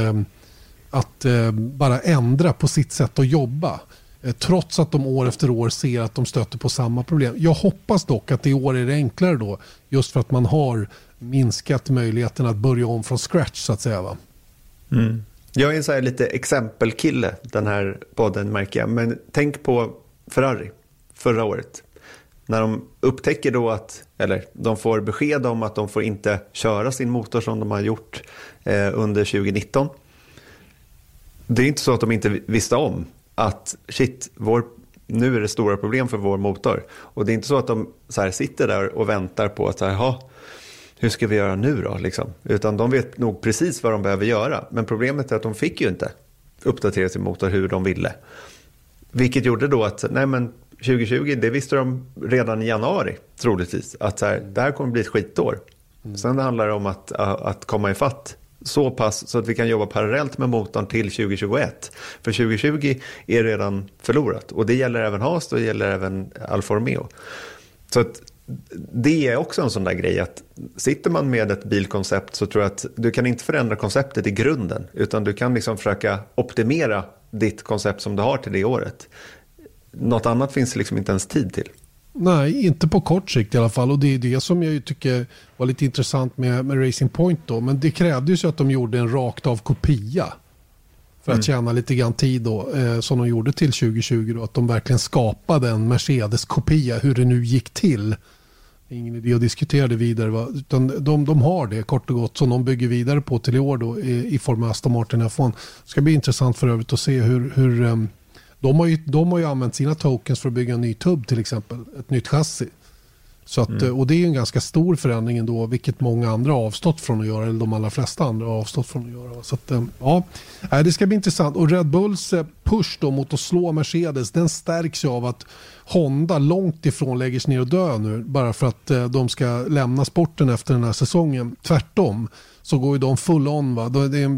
att bara ändra på sitt sätt att jobba. Trots att de år efter år ser att de stöter på samma problem. Jag hoppas dock att det i år är det enklare då. Just för att man har minskat möjligheten att börja om från scratch så att säga, va? Jag är så här lite exempelkille den här podden, märker jag. Men tänk på Ferrari förra året. När de upptäcker då eller de får besked om att de får inte köra sin motor som de har gjort under 2019. Det är inte så att de inte visste om att nu är det stora problem för vår motor. Och det är inte så att de så här sitter där och väntar på att hur ska vi göra nu då? Liksom. Utan de vet nog precis vad de behöver göra. Men problemet är att de fick ju inte uppdatera sin motor hur de ville. Vilket gjorde då att 2020, det visste de redan i januari troligtvis. Att det här kommer bli ett skitår. Sen handlar det om att komma ifatt så pass så att vi kan jobba parallellt med motorn till 2021. För 2020 är redan förlorat. Och det gäller även Haas och det gäller även Alfa Romeo. Så att det är också en sån där grej att sitter man med ett bilkoncept så tror jag att du kan inte förändra konceptet i grunden. Utan du kan liksom försöka optimera ditt koncept som du har till det året. Något annat finns liksom inte ens tid till. Nej, inte på kort sikt i alla fall. Och det är det som jag tycker var lite intressant med Racing Point då. Men det krävdes ju att de gjorde en rakt av kopia för att tjäna lite grann tid då, som de gjorde till 2020 då. Att de verkligen skapade en Mercedes-kopia, hur det nu gick till. Ingen idé att diskutera det vidare, va? Utan de har det kort och gott som de bygger vidare på till i år då, i form av Aston Martin F1. Det ska bli intressant för övrigt att se hur de har ju använt sina tokens för att bygga en ny tubb till exempel, ett nytt chassi. Så att, och det är ju en ganska stor förändring ändå, vilket många andra har avstått från att göra, eller de allra flesta andra har avstått från att göra. Så att, det ska bli intressant. Och Red Bulls push då mot att slå Mercedes, den stärks ju av att Honda långt ifrån lägger sig ner och dö nu, bara för att de ska lämna sporten efter den här säsongen. Tvärtom så går ju de full on, va?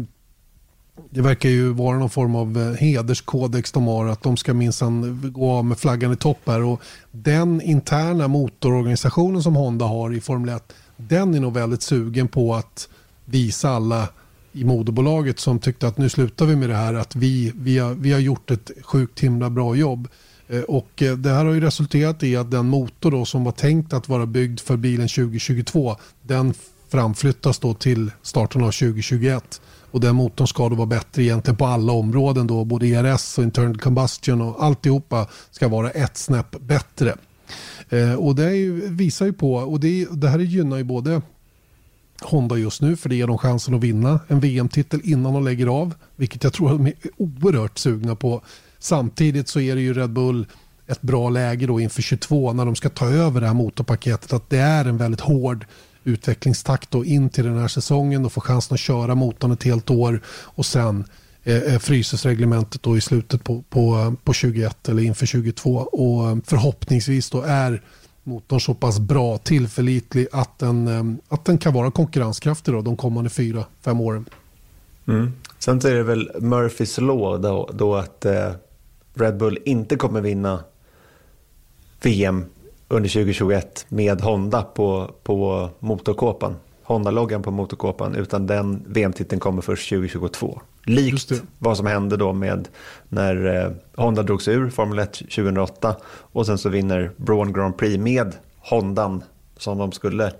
Det verkar ju vara någon form av hederskodex de har, att de ska minsann gå av med flaggan i topp här. Och den interna motororganisationen som Honda har i Formel 1, den är nog väldigt sugen på att visa alla i moderbolaget som tyckte att nu slutar vi med det här, att vi har gjort ett sjukt himla bra jobb. Och det här har ju resulterat i att den motor då som var tänkt att vara byggd för bilen 2022, den framflyttas då till starten av 2021. Och den motorn ska då vara bättre egentligen på alla områden då, både ERS och internal combustion och alltihopa ska vara ett snäpp bättre. Och det visar ju på, och det här gynnar ju både Honda just nu, för det ger dem chansen att vinna en VM-titel innan de lägger av, vilket jag tror att de är oerhört sugna på. Samtidigt så är det ju Red Bull ett bra läge då inför 22 när de ska ta över det här motorpaketet, att det är en väldigt hård utvecklingstakt då in till den här säsongen och få chansen att köra motorn ett helt år och sen fryses reglementet då i slutet på 21 eller inför 22 och förhoppningsvis då är motorn så pass bra, tillförlitlig att den kan vara konkurrenskraftig då, de kommande 4-5 åren. Sen så är det väl Murphys law då att Red Bull inte kommer vinna VM under 2021 med Honda på motorkåpan. Honda-loggan på motorkåpan, utan den VM-titeln kommer först 2022. Likt vad som hände då med när Honda drogs ur Formel 1 2008 och sen så vinner Brawn Grand Prix med Hondan som de skulle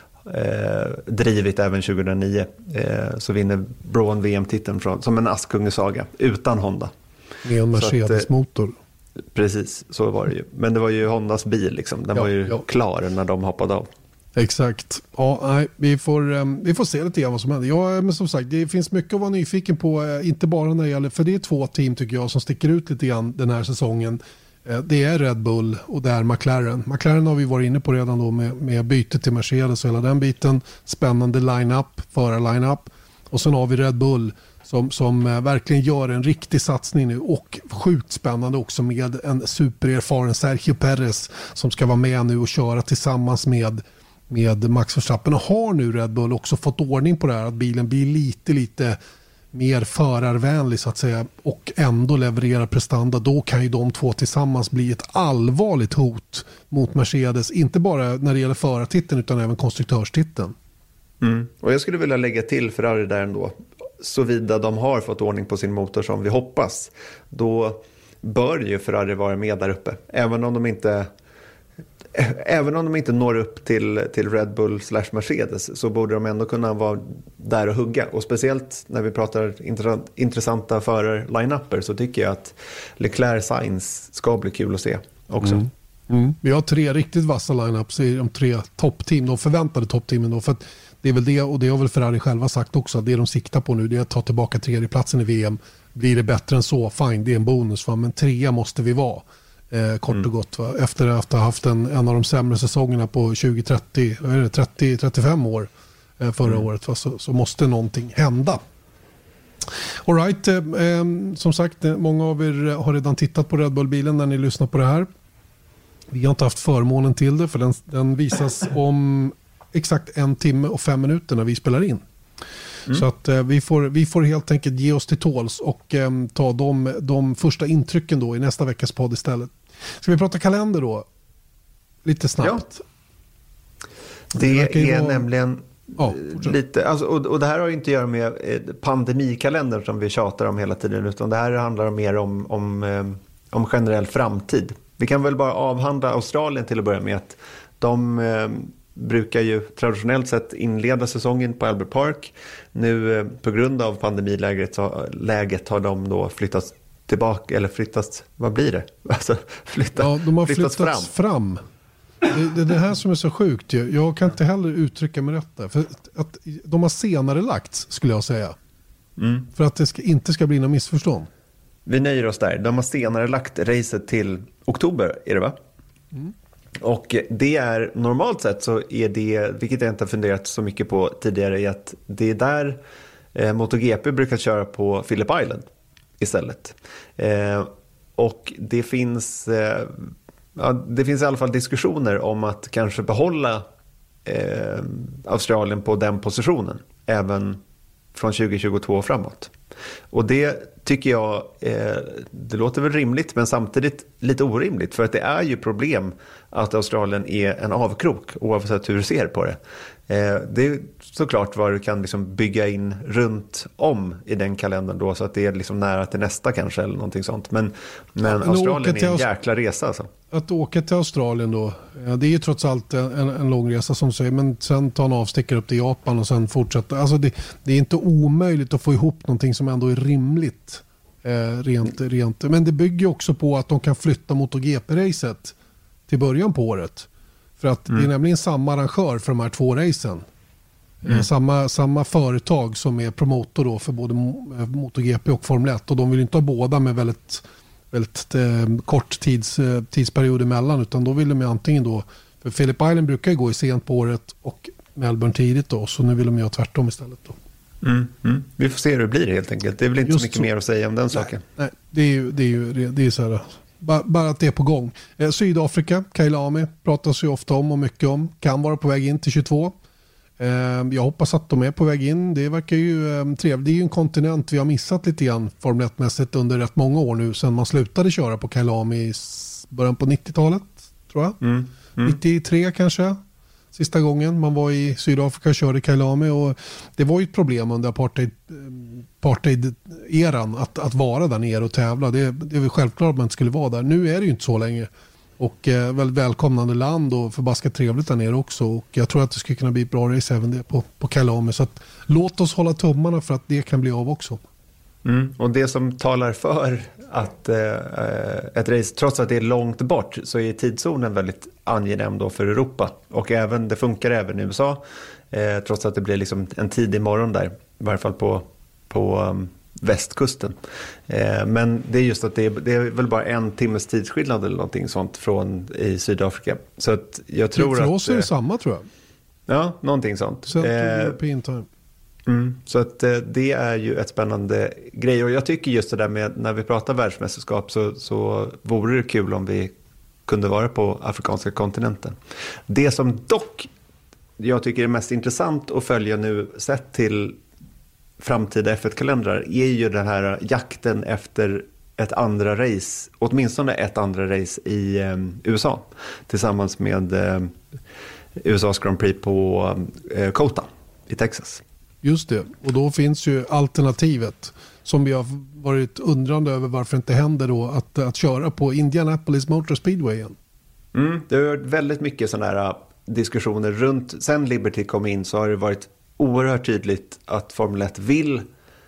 drivit även 2009. Så vinner Brawn VM-titeln som en Askungesaga utan Honda. Med en Mercedes-motor. Precis, så var det ju. Men det var ju Hondas bil liksom. Den var ju klar när de hoppade av. Exakt. Ja, nej, vi får se lite grann vad som händer. Ja, men som sagt, det finns mycket att vara nyfiken på. Inte bara när det gäller, för det är 2 team tycker jag som sticker ut lite grann den här säsongen. Det är Red Bull och det är McLaren. McLaren har vi varit inne på redan då med bytet till Mercedes och hela den biten. Spännande line-up, förarline-up. Och sen har vi Red Bull som verkligen gör en riktig satsning nu och sjukt spännande också med en supererfaren Sergio Perez som ska vara med nu och köra tillsammans med Max Verstappen. Och har nu Red Bull också fått ordning på det här att bilen blir lite mer förarvänlig så att säga och ändå levererar prestanda, då kan ju de två tillsammans bli ett allvarligt hot mot Mercedes, inte bara när det gäller förartiteln utan även konstruktörstiteln. Och jag skulle vilja lägga till Ferrari där ändå, såvida de har fått ordning på sin motor som vi hoppas, då bör ju Ferrari vara med där uppe, även om de inte når upp till Red Bull / Mercedes, så borde de ändå kunna vara där och hugga. Och speciellt när vi pratar intressanta förar-line-upper så tycker jag att Leclerc-Sainz ska bli kul att se också. Vi har 3 riktigt vassa line-ups i de 3 toppteam, de förväntade toppteamen då, för att det är väl det, och det har väl Ferrari själva sagt också, det de siktar på nu det är att ta tillbaka 3:e platsen i VM. Blir det bättre än så, fine, det är en bonus, men 3 måste vi vara. Kort och gott, va? Efter att ha haft en av de sämre säsongerna på 30-35 år förra året, va? Så måste någonting hända. All right, som sagt, många av er har redan tittat på Red Bull-bilen när ni lyssnar på det här. Vi har inte haft förmånen till det, för den visas om exakt 1 timme och 5 minuter när vi spelar in. Så att vi får helt enkelt ge oss till tåls och ta de första intrycken då i nästa veckas podd istället. Ska vi prata kalender då? Lite snabbt. Ja. Det är nämligen lite, alltså, och det här har ju inte att göra med pandemikalendern som vi tjatar om hela tiden, utan det här handlar mer om generell framtid. Vi kan väl bara avhandla Australien till att börja med, att de brukar ju traditionellt sett inleda säsongen på Albert Park. Nu på grund av pandemiläget har de då flyttats tillbaka, eller flyttats, vad blir det? Alltså, de har flyttats fram. Det är det här som är så sjukt. Jag kan inte heller uttrycka mig rätt. För att de har senare lagts, skulle jag säga. För att det inte ska bli någon missförstånd. Vi nöjer oss där. De har senare lagt racet till oktober, är det va? Och det är normalt sett så är det, vilket jag inte har funderat så mycket på tidigare, är att det är där MotoGP brukar köra på Phillip Island istället. Och det finns i alla fall diskussioner om att kanske behålla Australien på den positionen även från 2022 framåt. Och det tycker jag, det låter väl rimligt, men samtidigt lite orimligt, för att det är ju problem att Australien är en avkrok oavsett hur du ser på det. Det är såklart vad du kan liksom bygga in runt om i den kalendern då, så att det är liksom nära till nästa kanske eller någonting sånt. Men Australien är en jäkla resa alltså. Att åka till Australien då, det är ju trots allt en lång resa som säger, men sen ta en avstickare upp till Japan och sen fortsätta. Alltså det är inte omöjligt att få ihop någonting som ändå är rimligt rent. Men det bygger också på att de kan flytta MotoGP-racet till början på året. För att det är nämligen samma arrangör för de här 2 racen. Samma företag som är promotor då för både MotoGP och Formel 1. Och de vill inte ha båda med väldigt väldigt kort tidsperiod emellan, utan då vill de ju antingen då, för Phillip Island brukar ju gå i sent på året och Melbourne tidigt då, så nu vill de göra tvärtom istället då. Vi får se hur det blir helt enkelt. Det är väl inte Just så mycket så. mer att säga om den saken. Nej, det är så här, bara att det är på gång. Sydafrika, Kailami pratas ju ofta om och mycket om. Kan vara på väg in till 22. Jag hoppas att de är på väg in. Det verkar ju trevligt. Det är ju en kontinent vi har missat lite grann Formel 1-mässigt under rätt många år nu, sedan man slutade köra på Kailami i början på 90-talet, tror jag. 93 kanske. Sista gången man var i Sydafrika och körde Kailami, och det var ju ett problem under apartheid-eran att vara där nere och tävla. Det är väl självklart att man inte skulle vara där. Nu är det ju inte så länge. Och väldigt välkomnande land och förbaskat trevligt där nere också. Och jag tror att det skulle kunna bli bra race även det på Kailami. Så att, låt oss hålla tummarna för att det kan bli av också. Och det som talar för att ett race, trots att det är långt bort, så är tidszonen väldigt angenäm då för Europa. Och det funkar även i USA, trots att det blir liksom en tidig morgon där, i varje fall på västkusten. Men det är just att det är väl bara 1 timmes tidsskillnad eller någonting sånt från i Sydafrika. Så att jag tror för oss är det samma, tror jag. Ja, någonting sånt. European time. Så att det är ju ett spännande grej, och jag tycker just det där med när vi pratar världsmästerskap så vore det kul om vi kunde vara på afrikanska kontinenten. Det som dock jag tycker är mest intressant att följa nu sett till framtida F1-kalendrar är ju den här jakten efter ett andra race, åtminstone ett andra race i USA tillsammans med USAs Grand Prix på COTA i Texas. Just det, och då finns ju alternativet som vi har varit undrande över varför det inte händer då, att köra på Indianapolis Motor Speedway igen. Det har varit väldigt mycket sådana här diskussioner runt, sen Liberty kom in så har det varit oerhört tydligt att Formel 1 vill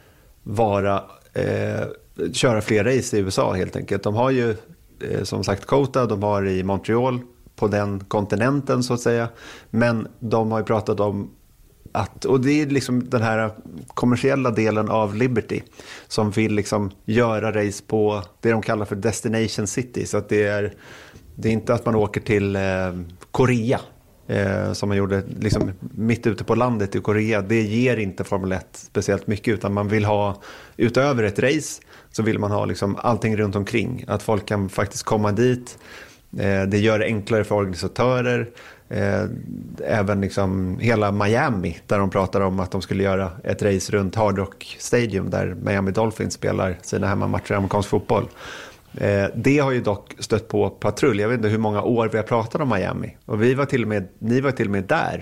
köra fler race i USA helt enkelt. De har ju som sagt COTA, de har i Montreal på den kontinenten så att säga, men de har ju pratat om och det är liksom den här kommersiella delen av Liberty som vill liksom göra race på det de kallar för Destination City, så att det är inte att man åker till Korea som man gjorde liksom mitt ute på landet i Korea. Det ger inte Formel 1 speciellt mycket, utan man vill ha, utöver ett race så vill man ha liksom allting runt omkring, att folk kan faktiskt komma dit. Det gör det enklare för organisatörer. Även liksom hela Miami, där de pratar om att de skulle göra ett race runt Hard Rock Stadium där Miami Dolphins spelar sina hemmamatcher i amerikansk fotboll. Det har ju dock stött på patrull. Jag vet inte hur många år vi har pratat om Miami, och ni var till och med där.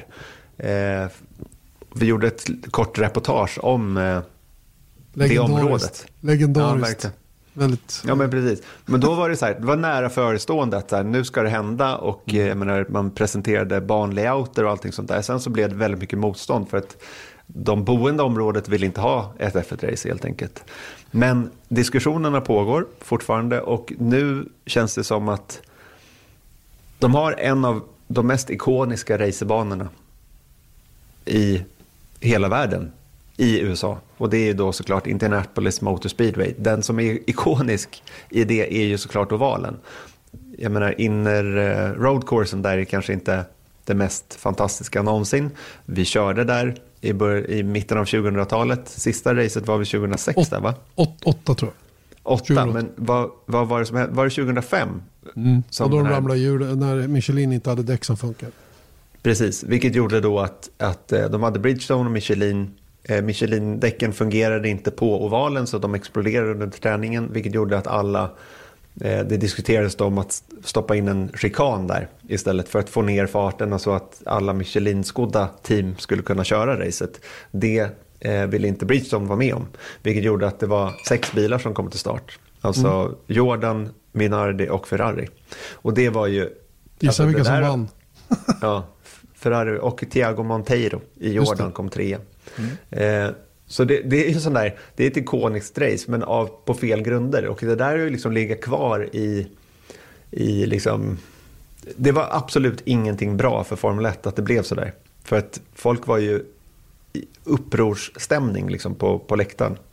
Vi gjorde ett kort reportage om det området. Legendariskt. Ja, väldigt. Ja, men precis. Men då var det så här, det var nära förestående att så här, nu ska det hända, och jag menar, man presenterade banlayouter och allting sånt där. Sen så blev det väldigt mycket motstånd för att de boende området vill inte ha ett F1-race helt enkelt. Men diskussionerna pågår fortfarande, och nu känns det som att de har en av de mest ikoniska racerbanorna i hela världen i USA, och det är då såklart Indianapolis Motor Speedway. Den som är ikonisk i det är ju såklart ovalen. Jag menar, inner roadcoursen där är kanske inte det mest fantastiska någonsin. Vi körde där i mitten av 2000-talet. Sista racet var väl 2006 där, va? 8 tror jag. 8, men vad var det som hände? Var det 2005? Och då ramlade hjulen när Michelin inte hade däck som funkar. Precis, vilket gjorde då att de hade Bridgestone och Michelin. Michelin-däcken fungerade inte på ovalen, så de exploderade under träningen, vilket gjorde att det diskuterades då om att stoppa in en chikan där istället för att få ner farten, och så att alla Michelin-skodda team skulle kunna köra racet. Det ville inte Bridgestone vara med om, vilket gjorde att det var 6 bilar som kom till start. Alltså Jordan, Minardi och Ferrari. Och det var ju... Gissa vilka som vann. Ja, Ferrari och Thiago Monteiro i Jordan kom 3. Så det är ju sån där, det är ett ikoniskt race, men på fel grunder, och det där är ju liksom ligga kvar i liksom, det var absolut ingenting bra för Formel 1 att det blev så där, för att folk var ju i upprorsstämning liksom på läktaren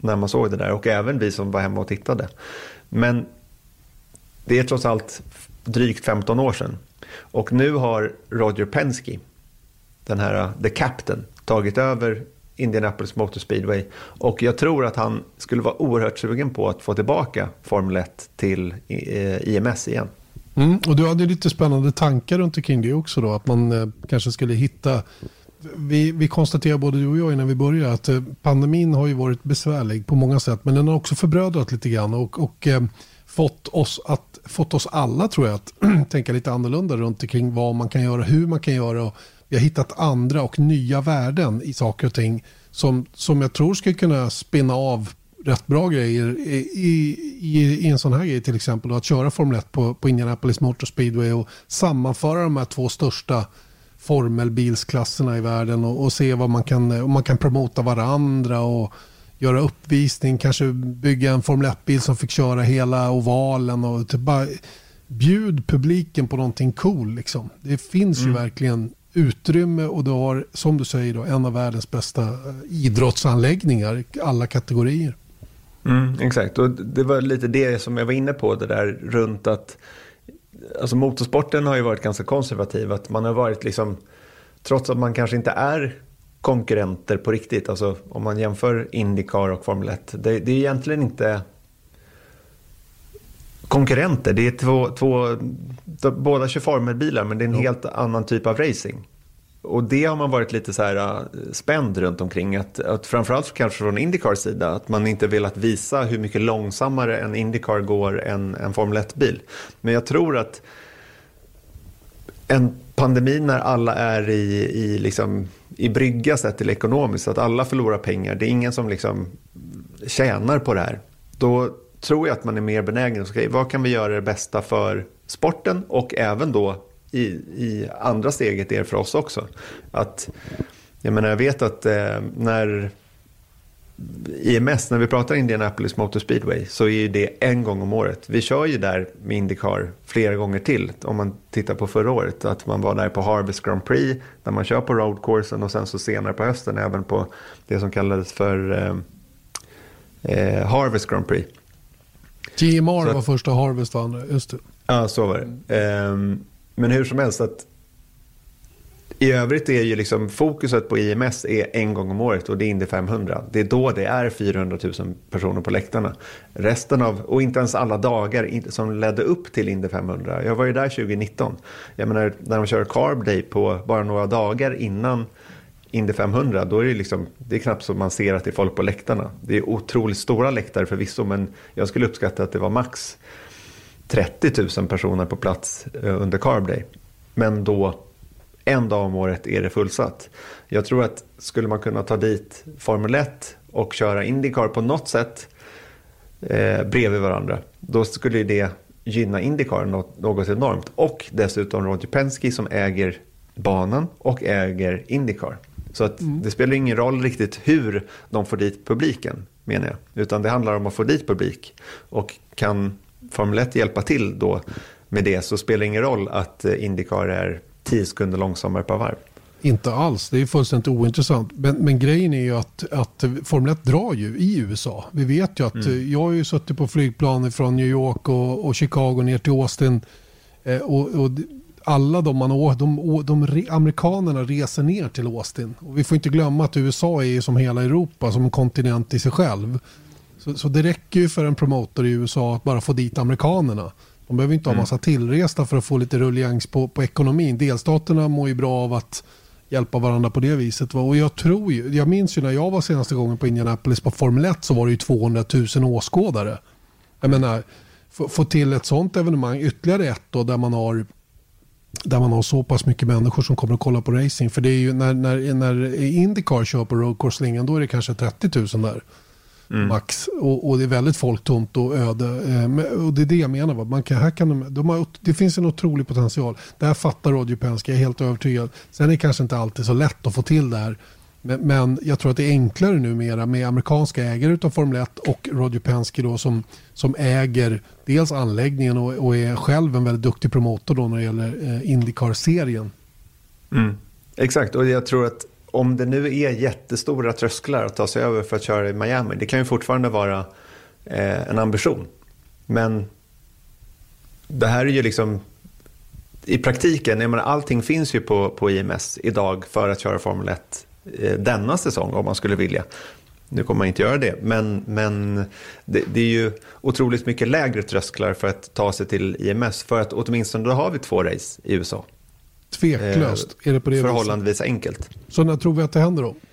när man såg det där. Och även vi som var hemma och tittade. Men det är trots allt drygt 15 år sedan. Och nu har Roger Penske, den här The Captain, tagit över Indianapolis Motor Speedway. Och jag tror att han skulle vara oerhört sugen på att få tillbaka Formel 1 till IMS igen. Och du hade lite spännande tankar runt omkring det också då. Att man kanske skulle hitta... Vi konstaterar både du och jag innan vi börjar att pandemin har ju varit besvärlig på många sätt. Men den har också förbrödrat lite grann och fått oss alla, tror jag, att tänka lite annorlunda runt omkring vad man kan göra, hur man kan göra. Och vi har hittat andra och nya värden i saker och ting som jag tror ska kunna spinna av rätt bra grejer i en sån här grej, till exempel då, att köra Formel 1 på Indianapolis Motor Speedway och sammanföra de här 2 största formelbilsklasserna i världen och se vad man kan promota varandra och göra uppvisning, kanske bygga en Formel 1-bil som fick köra hela ovalen och typ bara bjud publiken på någonting cool liksom. Det finns ju verkligen utrymme och du har, som du säger då, en av världens bästa idrottsanläggningar i alla kategorier. Exakt, och det var lite det som jag var inne på, det där runt att alltså motorsporten har ju varit ganska konservativ, att man har varit liksom, trots att man kanske inte är konkurrenter på riktigt, alltså om man jämför IndyCar och Formel 1, det är egentligen inte konkurrenter, det är båda kör formelbilar, men det är en helt annan typ av racing. Och det har man varit lite så här spänd runt omkring, att framförallt kanske från IndyCars sida, att man inte velat visa hur mycket långsammare en IndyCar går än en Formel 1-bil. Men jag tror att en pandemi när alla är i brygga sett till ekonomiskt, att alla förlorar pengar, det är ingen som liksom tjänar på det här, då tror jag att man är mer benägen att säga, vad kan vi göra det bästa för sporten, och även då i andra steget är det för oss också. Att, jag vet att när IMS, när vi pratar Indianapolis Motor Speedway, så är ju det en gång om året. Vi kör ju där med IndyCar flera gånger till, om man tittar på förra året, att man var där på Harvest Grand Prix där man kör på roadcoursen, och sen så senare på hösten även på det som kallades för Harvest Grand Prix. GMR var första, Harvest var andra, just det. Ja, så var det. Men hur som helst, att i övrigt är ju liksom fokuset på IMS är en gång om året, och det är Indy 500. Det är då det är 400 000 personer på läktarna. Resten av, och inte ens alla dagar som ledde upp till Indy 500. Jag var ju där 2019. Jag menar, när de kör Carb Day på bara några dagar innan Indy 500, då är det liksom, det är knappt så man ser att det är folk på läktarna. Det är otroligt stora läktare förvisso, men jag skulle uppskatta att det var max 30 000 personer på plats under Carb Day. Men då en dag om året är det fullsatt. Jag tror att skulle man kunna ta dit Formel 1 och köra IndyCar på något sätt bredvid varandra, då skulle det gynna IndyCar något enormt. Och dessutom Roger Penske som äger banan och äger IndyCar. Så att det spelar ingen roll riktigt hur de får dit publiken, menar jag. Utan det handlar om att få dit publik. Och kan Formel 1 hjälpa till då med det, så spelar det ingen roll att IndyCar är 10 sekunder långsammare per varv. Inte alls, det är fullständigt ointressant. Men grejen är ju att Formel 1 drar ju i USA. Vi vet ju att jag har ju suttit på flygplan från New York och Chicago ner till Austin. Och alla amerikanerna reser ner till Austin. Och vi får inte glömma att USA är ju som hela Europa, som en kontinent i sig själv. Så det räcker ju för en promotor i USA att bara få dit amerikanerna. De behöver inte ha massa tillresta för att få lite rullians på ekonomin. Delstaterna mår ju bra av att hjälpa varandra på det viset. Och jag minns ju när jag var senaste gången på Indianapolis på Formel 1, så var det ju 200 000 åskådare. Jag menar, få till ett sånt evenemang, ytterligare ett då, där man har så pass mycket människor som kommer att kolla på racing. För det är ju när IndyCar kör på roadcourse-linjen, då är det kanske 30 000 där. Max. Och det är väldigt folktomt och öde. Och det är det jag menar. Det finns en otrolig potential. Det här fattar Roger Penske, jag är helt övertygad. Sen är det kanske inte alltid så lätt att få till det här. Men jag tror att det är enklare numera med amerikanska ägare utav Formel 1 och Roger Penske då som äger dels anläggningen och är själv en väldigt duktig promotor då när det gäller IndyCar-serien. Exakt, och jag tror att om det nu är jättestora trösklar att ta sig över för att köra i Miami, det kan ju fortfarande vara en ambition. Men det här är ju liksom i praktiken, jag menar, allting finns ju på IMS idag för att köra Formel 1 denna säsong om man skulle vilja. Nu kommer man inte göra det, men det är ju otroligt mycket lägre trösklar för att ta sig till IMS, för att åtminstone då har vi 2 race i USA. Tveklöst är det på det förhållandevis enkelt. Så när tror vi att det händer då?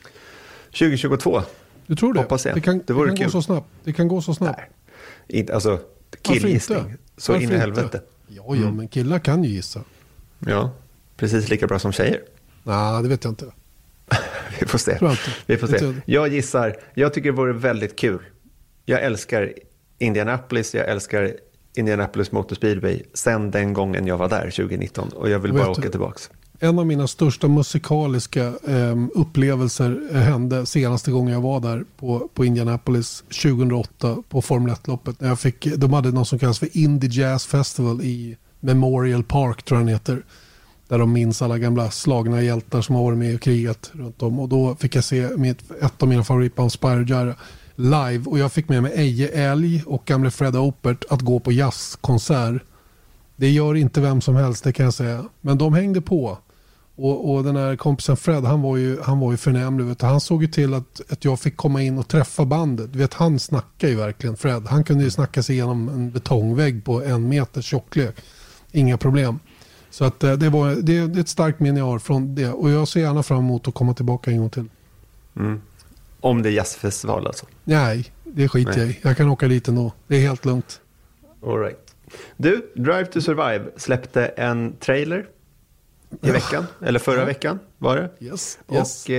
2022. Du tror det? Hoppas jag. Det kan gå så snabbt. Det kan gå så snabbt. Nej. Inte, alltså, killgissning. Så in i helvete. Ja, men killar kan ju gissa. Ja, precis lika bra som tjejer. Nej, det vet jag inte. Vi får se. Vi får se. Jag gissar, jag tycker det vore väldigt kul. Jag älskar Indianapolis, jag älskar Indianapolis Motor Speedway sen den gången jag var där 2019, och jag vill bara åka tillbaks. En av mina största musikaliska upplevelser hände senaste gången jag var där på Indianapolis 2008 på Formel 1-loppet. När de hade något som kallas för Indie Jazz Festival i Memorial Park, tror jag den heter. Där de minns alla gamla slagna hjältar som har varit med och krigat runt om. Och då fick jag se ett av mina favoritband, Spyro live. Och jag fick med mig Eje Älg och gamle Fred Opert att gå på jazzkonsert. Det gör inte vem som helst, det kan jag säga. Men de hängde på. Och den här kompisen Fred, han var ju förnämlig. Vet du. Han såg ju till att jag fick komma in och träffa bandet. Du vet, han snackar ju verkligen, Fred. Han kunde ju snacka sig igenom en betongvägg på 1 meter tjocklek. Inga problem. Så att det är ett starkt minne jag har från det. Och jag ser gärna fram emot att komma tillbaka en gång till. Mm. Om det är jazzfestival alltså? Nej, det skiter jag i. Jag kan åka dit ändå. Det är helt lugnt. All right. Du, Drive to Survive släppte en trailer i veckan. Eller förra veckan var det. Yes. Och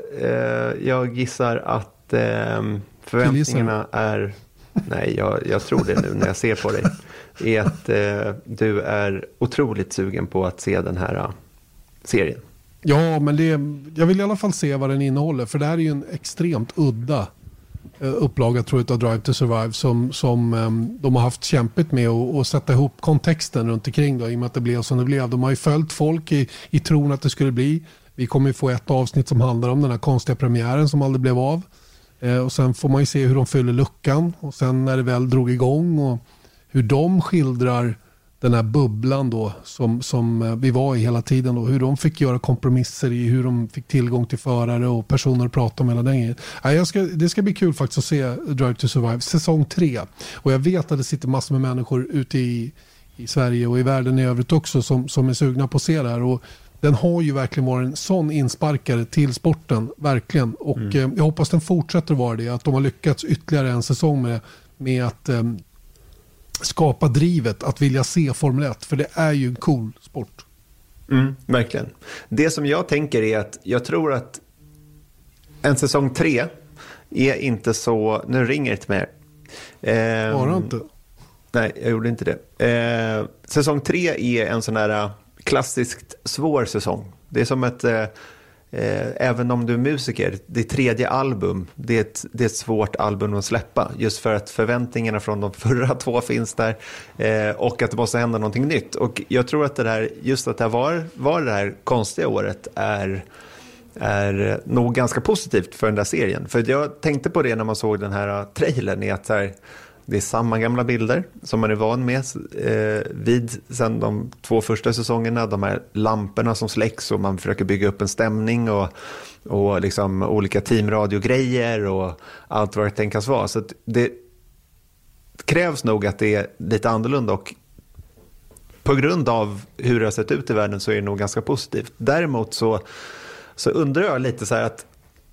jag gissar att förväntningarna är... Nej, jag tror det nu när jag ser på dig. Är att du är otroligt sugen på att se den här serien. Ja, men jag vill i alla fall se vad den innehåller. För det här är ju en extremt udda upplaga, tror jag, av Drive to Survive som de har haft kämpigt med att sätta ihop kontexten runt omkring då, i och med att det blev som det blev. De har ju följt folk i tron att det skulle bli. Vi kommer ju få ett avsnitt som handlar om den här konstiga premiären som aldrig blev av. Och sen får man ju se hur de fyller luckan. Och sen när det väl drog igång och hur de skildrar den här bubblan då som vi var i hela tiden då. Hur de fick göra kompromisser i hur de fick tillgång till förare och personer att prata om hela den grejen. Det ska bli kul faktiskt att se Drive to Survive säsong 3. Och jag vet att det sitter massor med människor ute i Sverige och i världen i övrigt också som är sugna på att se det här. Och den har ju verkligen varit en sån insparkare till sporten, verkligen. Och jag hoppas den fortsätter vara det. Att de har lyckats ytterligare en säsong med att skapa drivet att vilja se Formel 1. För det är ju en cool sport. Verkligen. Det som jag tänker är att jag tror att en säsong 3 är inte så... Nu ringer det till mig. Bara inte. Nej, jag gjorde inte det. Säsong 3 är en sån här klassiskt svår säsong. Det är som ett... även om du är musiker, det 3:e album, det är ett svårt album att släppa, just för att förväntningarna från de förra 2 finns där, och att det måste hända någonting nytt. Och jag tror att det här, just att det var det här konstiga året är nog ganska positivt för den där serien. För jag tänkte på det när man såg den här trailern, i att här, det är samma gamla bilder som man är van med vid sedan de 2 första säsongerna. De här lamporna som släcks och man försöker bygga upp en stämning och liksom olika teamradiogrejer och allt vad det tänkas vara. Så att det krävs nog att det är lite annorlunda, och på grund av hur det har sett ut i världen så är det nog ganska positivt. Däremot så undrar jag lite så här att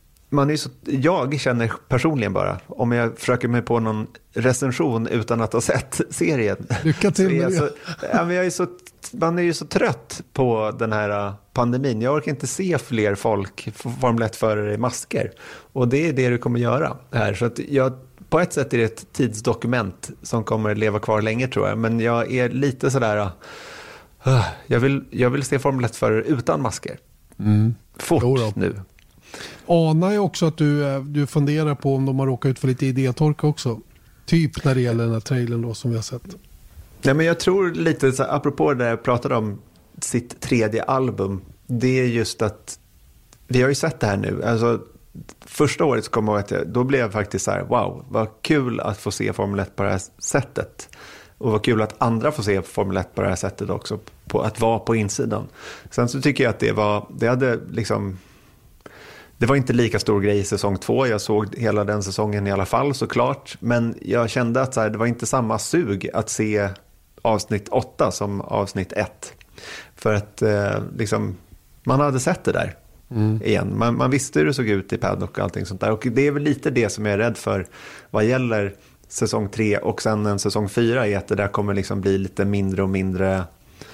jag känner personligen bara, om jag försöker mig på någon recension utan att ha sett serien. Lycka till med det. Man är ju så trött på den här pandemin. Jag orkar inte se fler folk Formel 1-förare i masker. Och det är det du kommer göra här. Så att på ett sätt är det ett tidsdokument som kommer leva kvar länge, tror jag. Men jag är lite sådär... Jag vill se Formel 1-förare utan masker. Fort nu. Anar jag också att du funderar på om de har råkat ut för lite idétorka också. Typ när det gäller den här trailern då som vi har sett. Nej, men jag tror lite så, apropå det jag pratade om sitt 3:e album, det är just att vi har ju sett det här nu. Alltså, första året så kommer jag ihåg att då blev jag faktiskt så här, wow, vad kul att få se Formel 1 på det här sättet. Och vad kul att andra får se Formel 1 på det här sättet också, på att vara på insidan. Sen så tycker jag att det var inte lika stor grej i säsong 2. Jag såg hela den säsongen i alla fall, såklart. Men jag kände att så här, det var inte samma sug att se avsnitt 8 som avsnitt 1. För att man hade sett det där igen. Man visste hur det såg ut i paddock och allting sånt där. Och det är väl lite det som jag är rädd för vad gäller säsong 3 och sen en säsong 4, är att det där kommer liksom bli lite mindre och mindre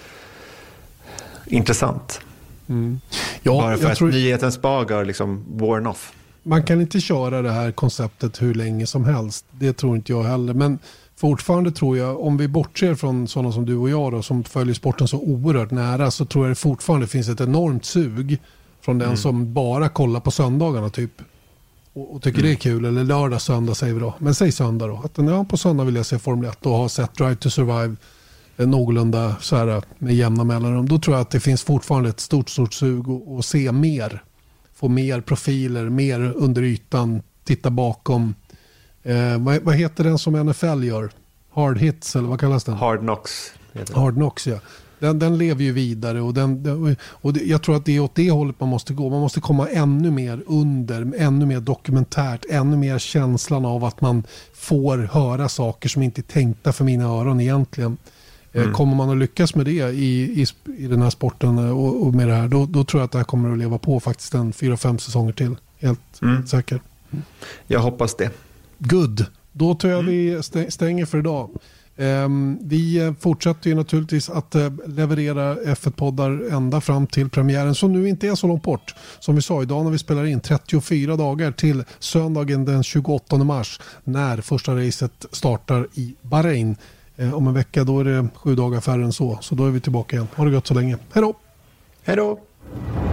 intressant. Ja, bara för att nyhetens bag har liksom worn off. Man kan inte köra det här konceptet hur länge som helst. Det tror inte jag heller. Men fortfarande tror jag, om vi bortser från sådana som du och jag då, som följer sporten så oerhört nära, så tror jag det fortfarande finns ett enormt sug från den som bara kollar på söndagarna typ. Och tycker det är kul, eller lördag, söndag säger vi då. Men säg söndag då. Att på söndag vill jag se Formel 1 och ha sett Drive to Survive någorlunda så här med jämna mellanrum. Då tror jag att det finns fortfarande ett stort sug att se mer. Få mer profiler, mer under ytan, titta bakom. Vad heter den som NFL gör? Hard hits eller vad kallas den? Hard Knocks. Hard Knocks, ja. Den lever ju vidare och jag tror att det är åt det hållet man måste gå. Man måste komma ännu mer under, ännu mer dokumentärt, ännu mer känslan av att man får höra saker som inte är tänkta för mina öron egentligen. Kommer man att lyckas med det i den här sporten och med det här, då tror jag att det här kommer att leva på faktiskt 4-5 säsonger till. Helt säker. Jag hoppas det. Good. Då tror jag vi stänger för idag. Vi fortsätter ju naturligtvis att leverera F1-poddar ända fram till premiären, som nu inte är så långt bort. Som vi sa, idag när vi spelar in 34 dagar till söndagen den 28 mars när första racet startar i Bahrain. Om en vecka då är det 7 dagar färre än så. Så då är vi tillbaka igen. Ha det gott så länge. Hej då! Hej då!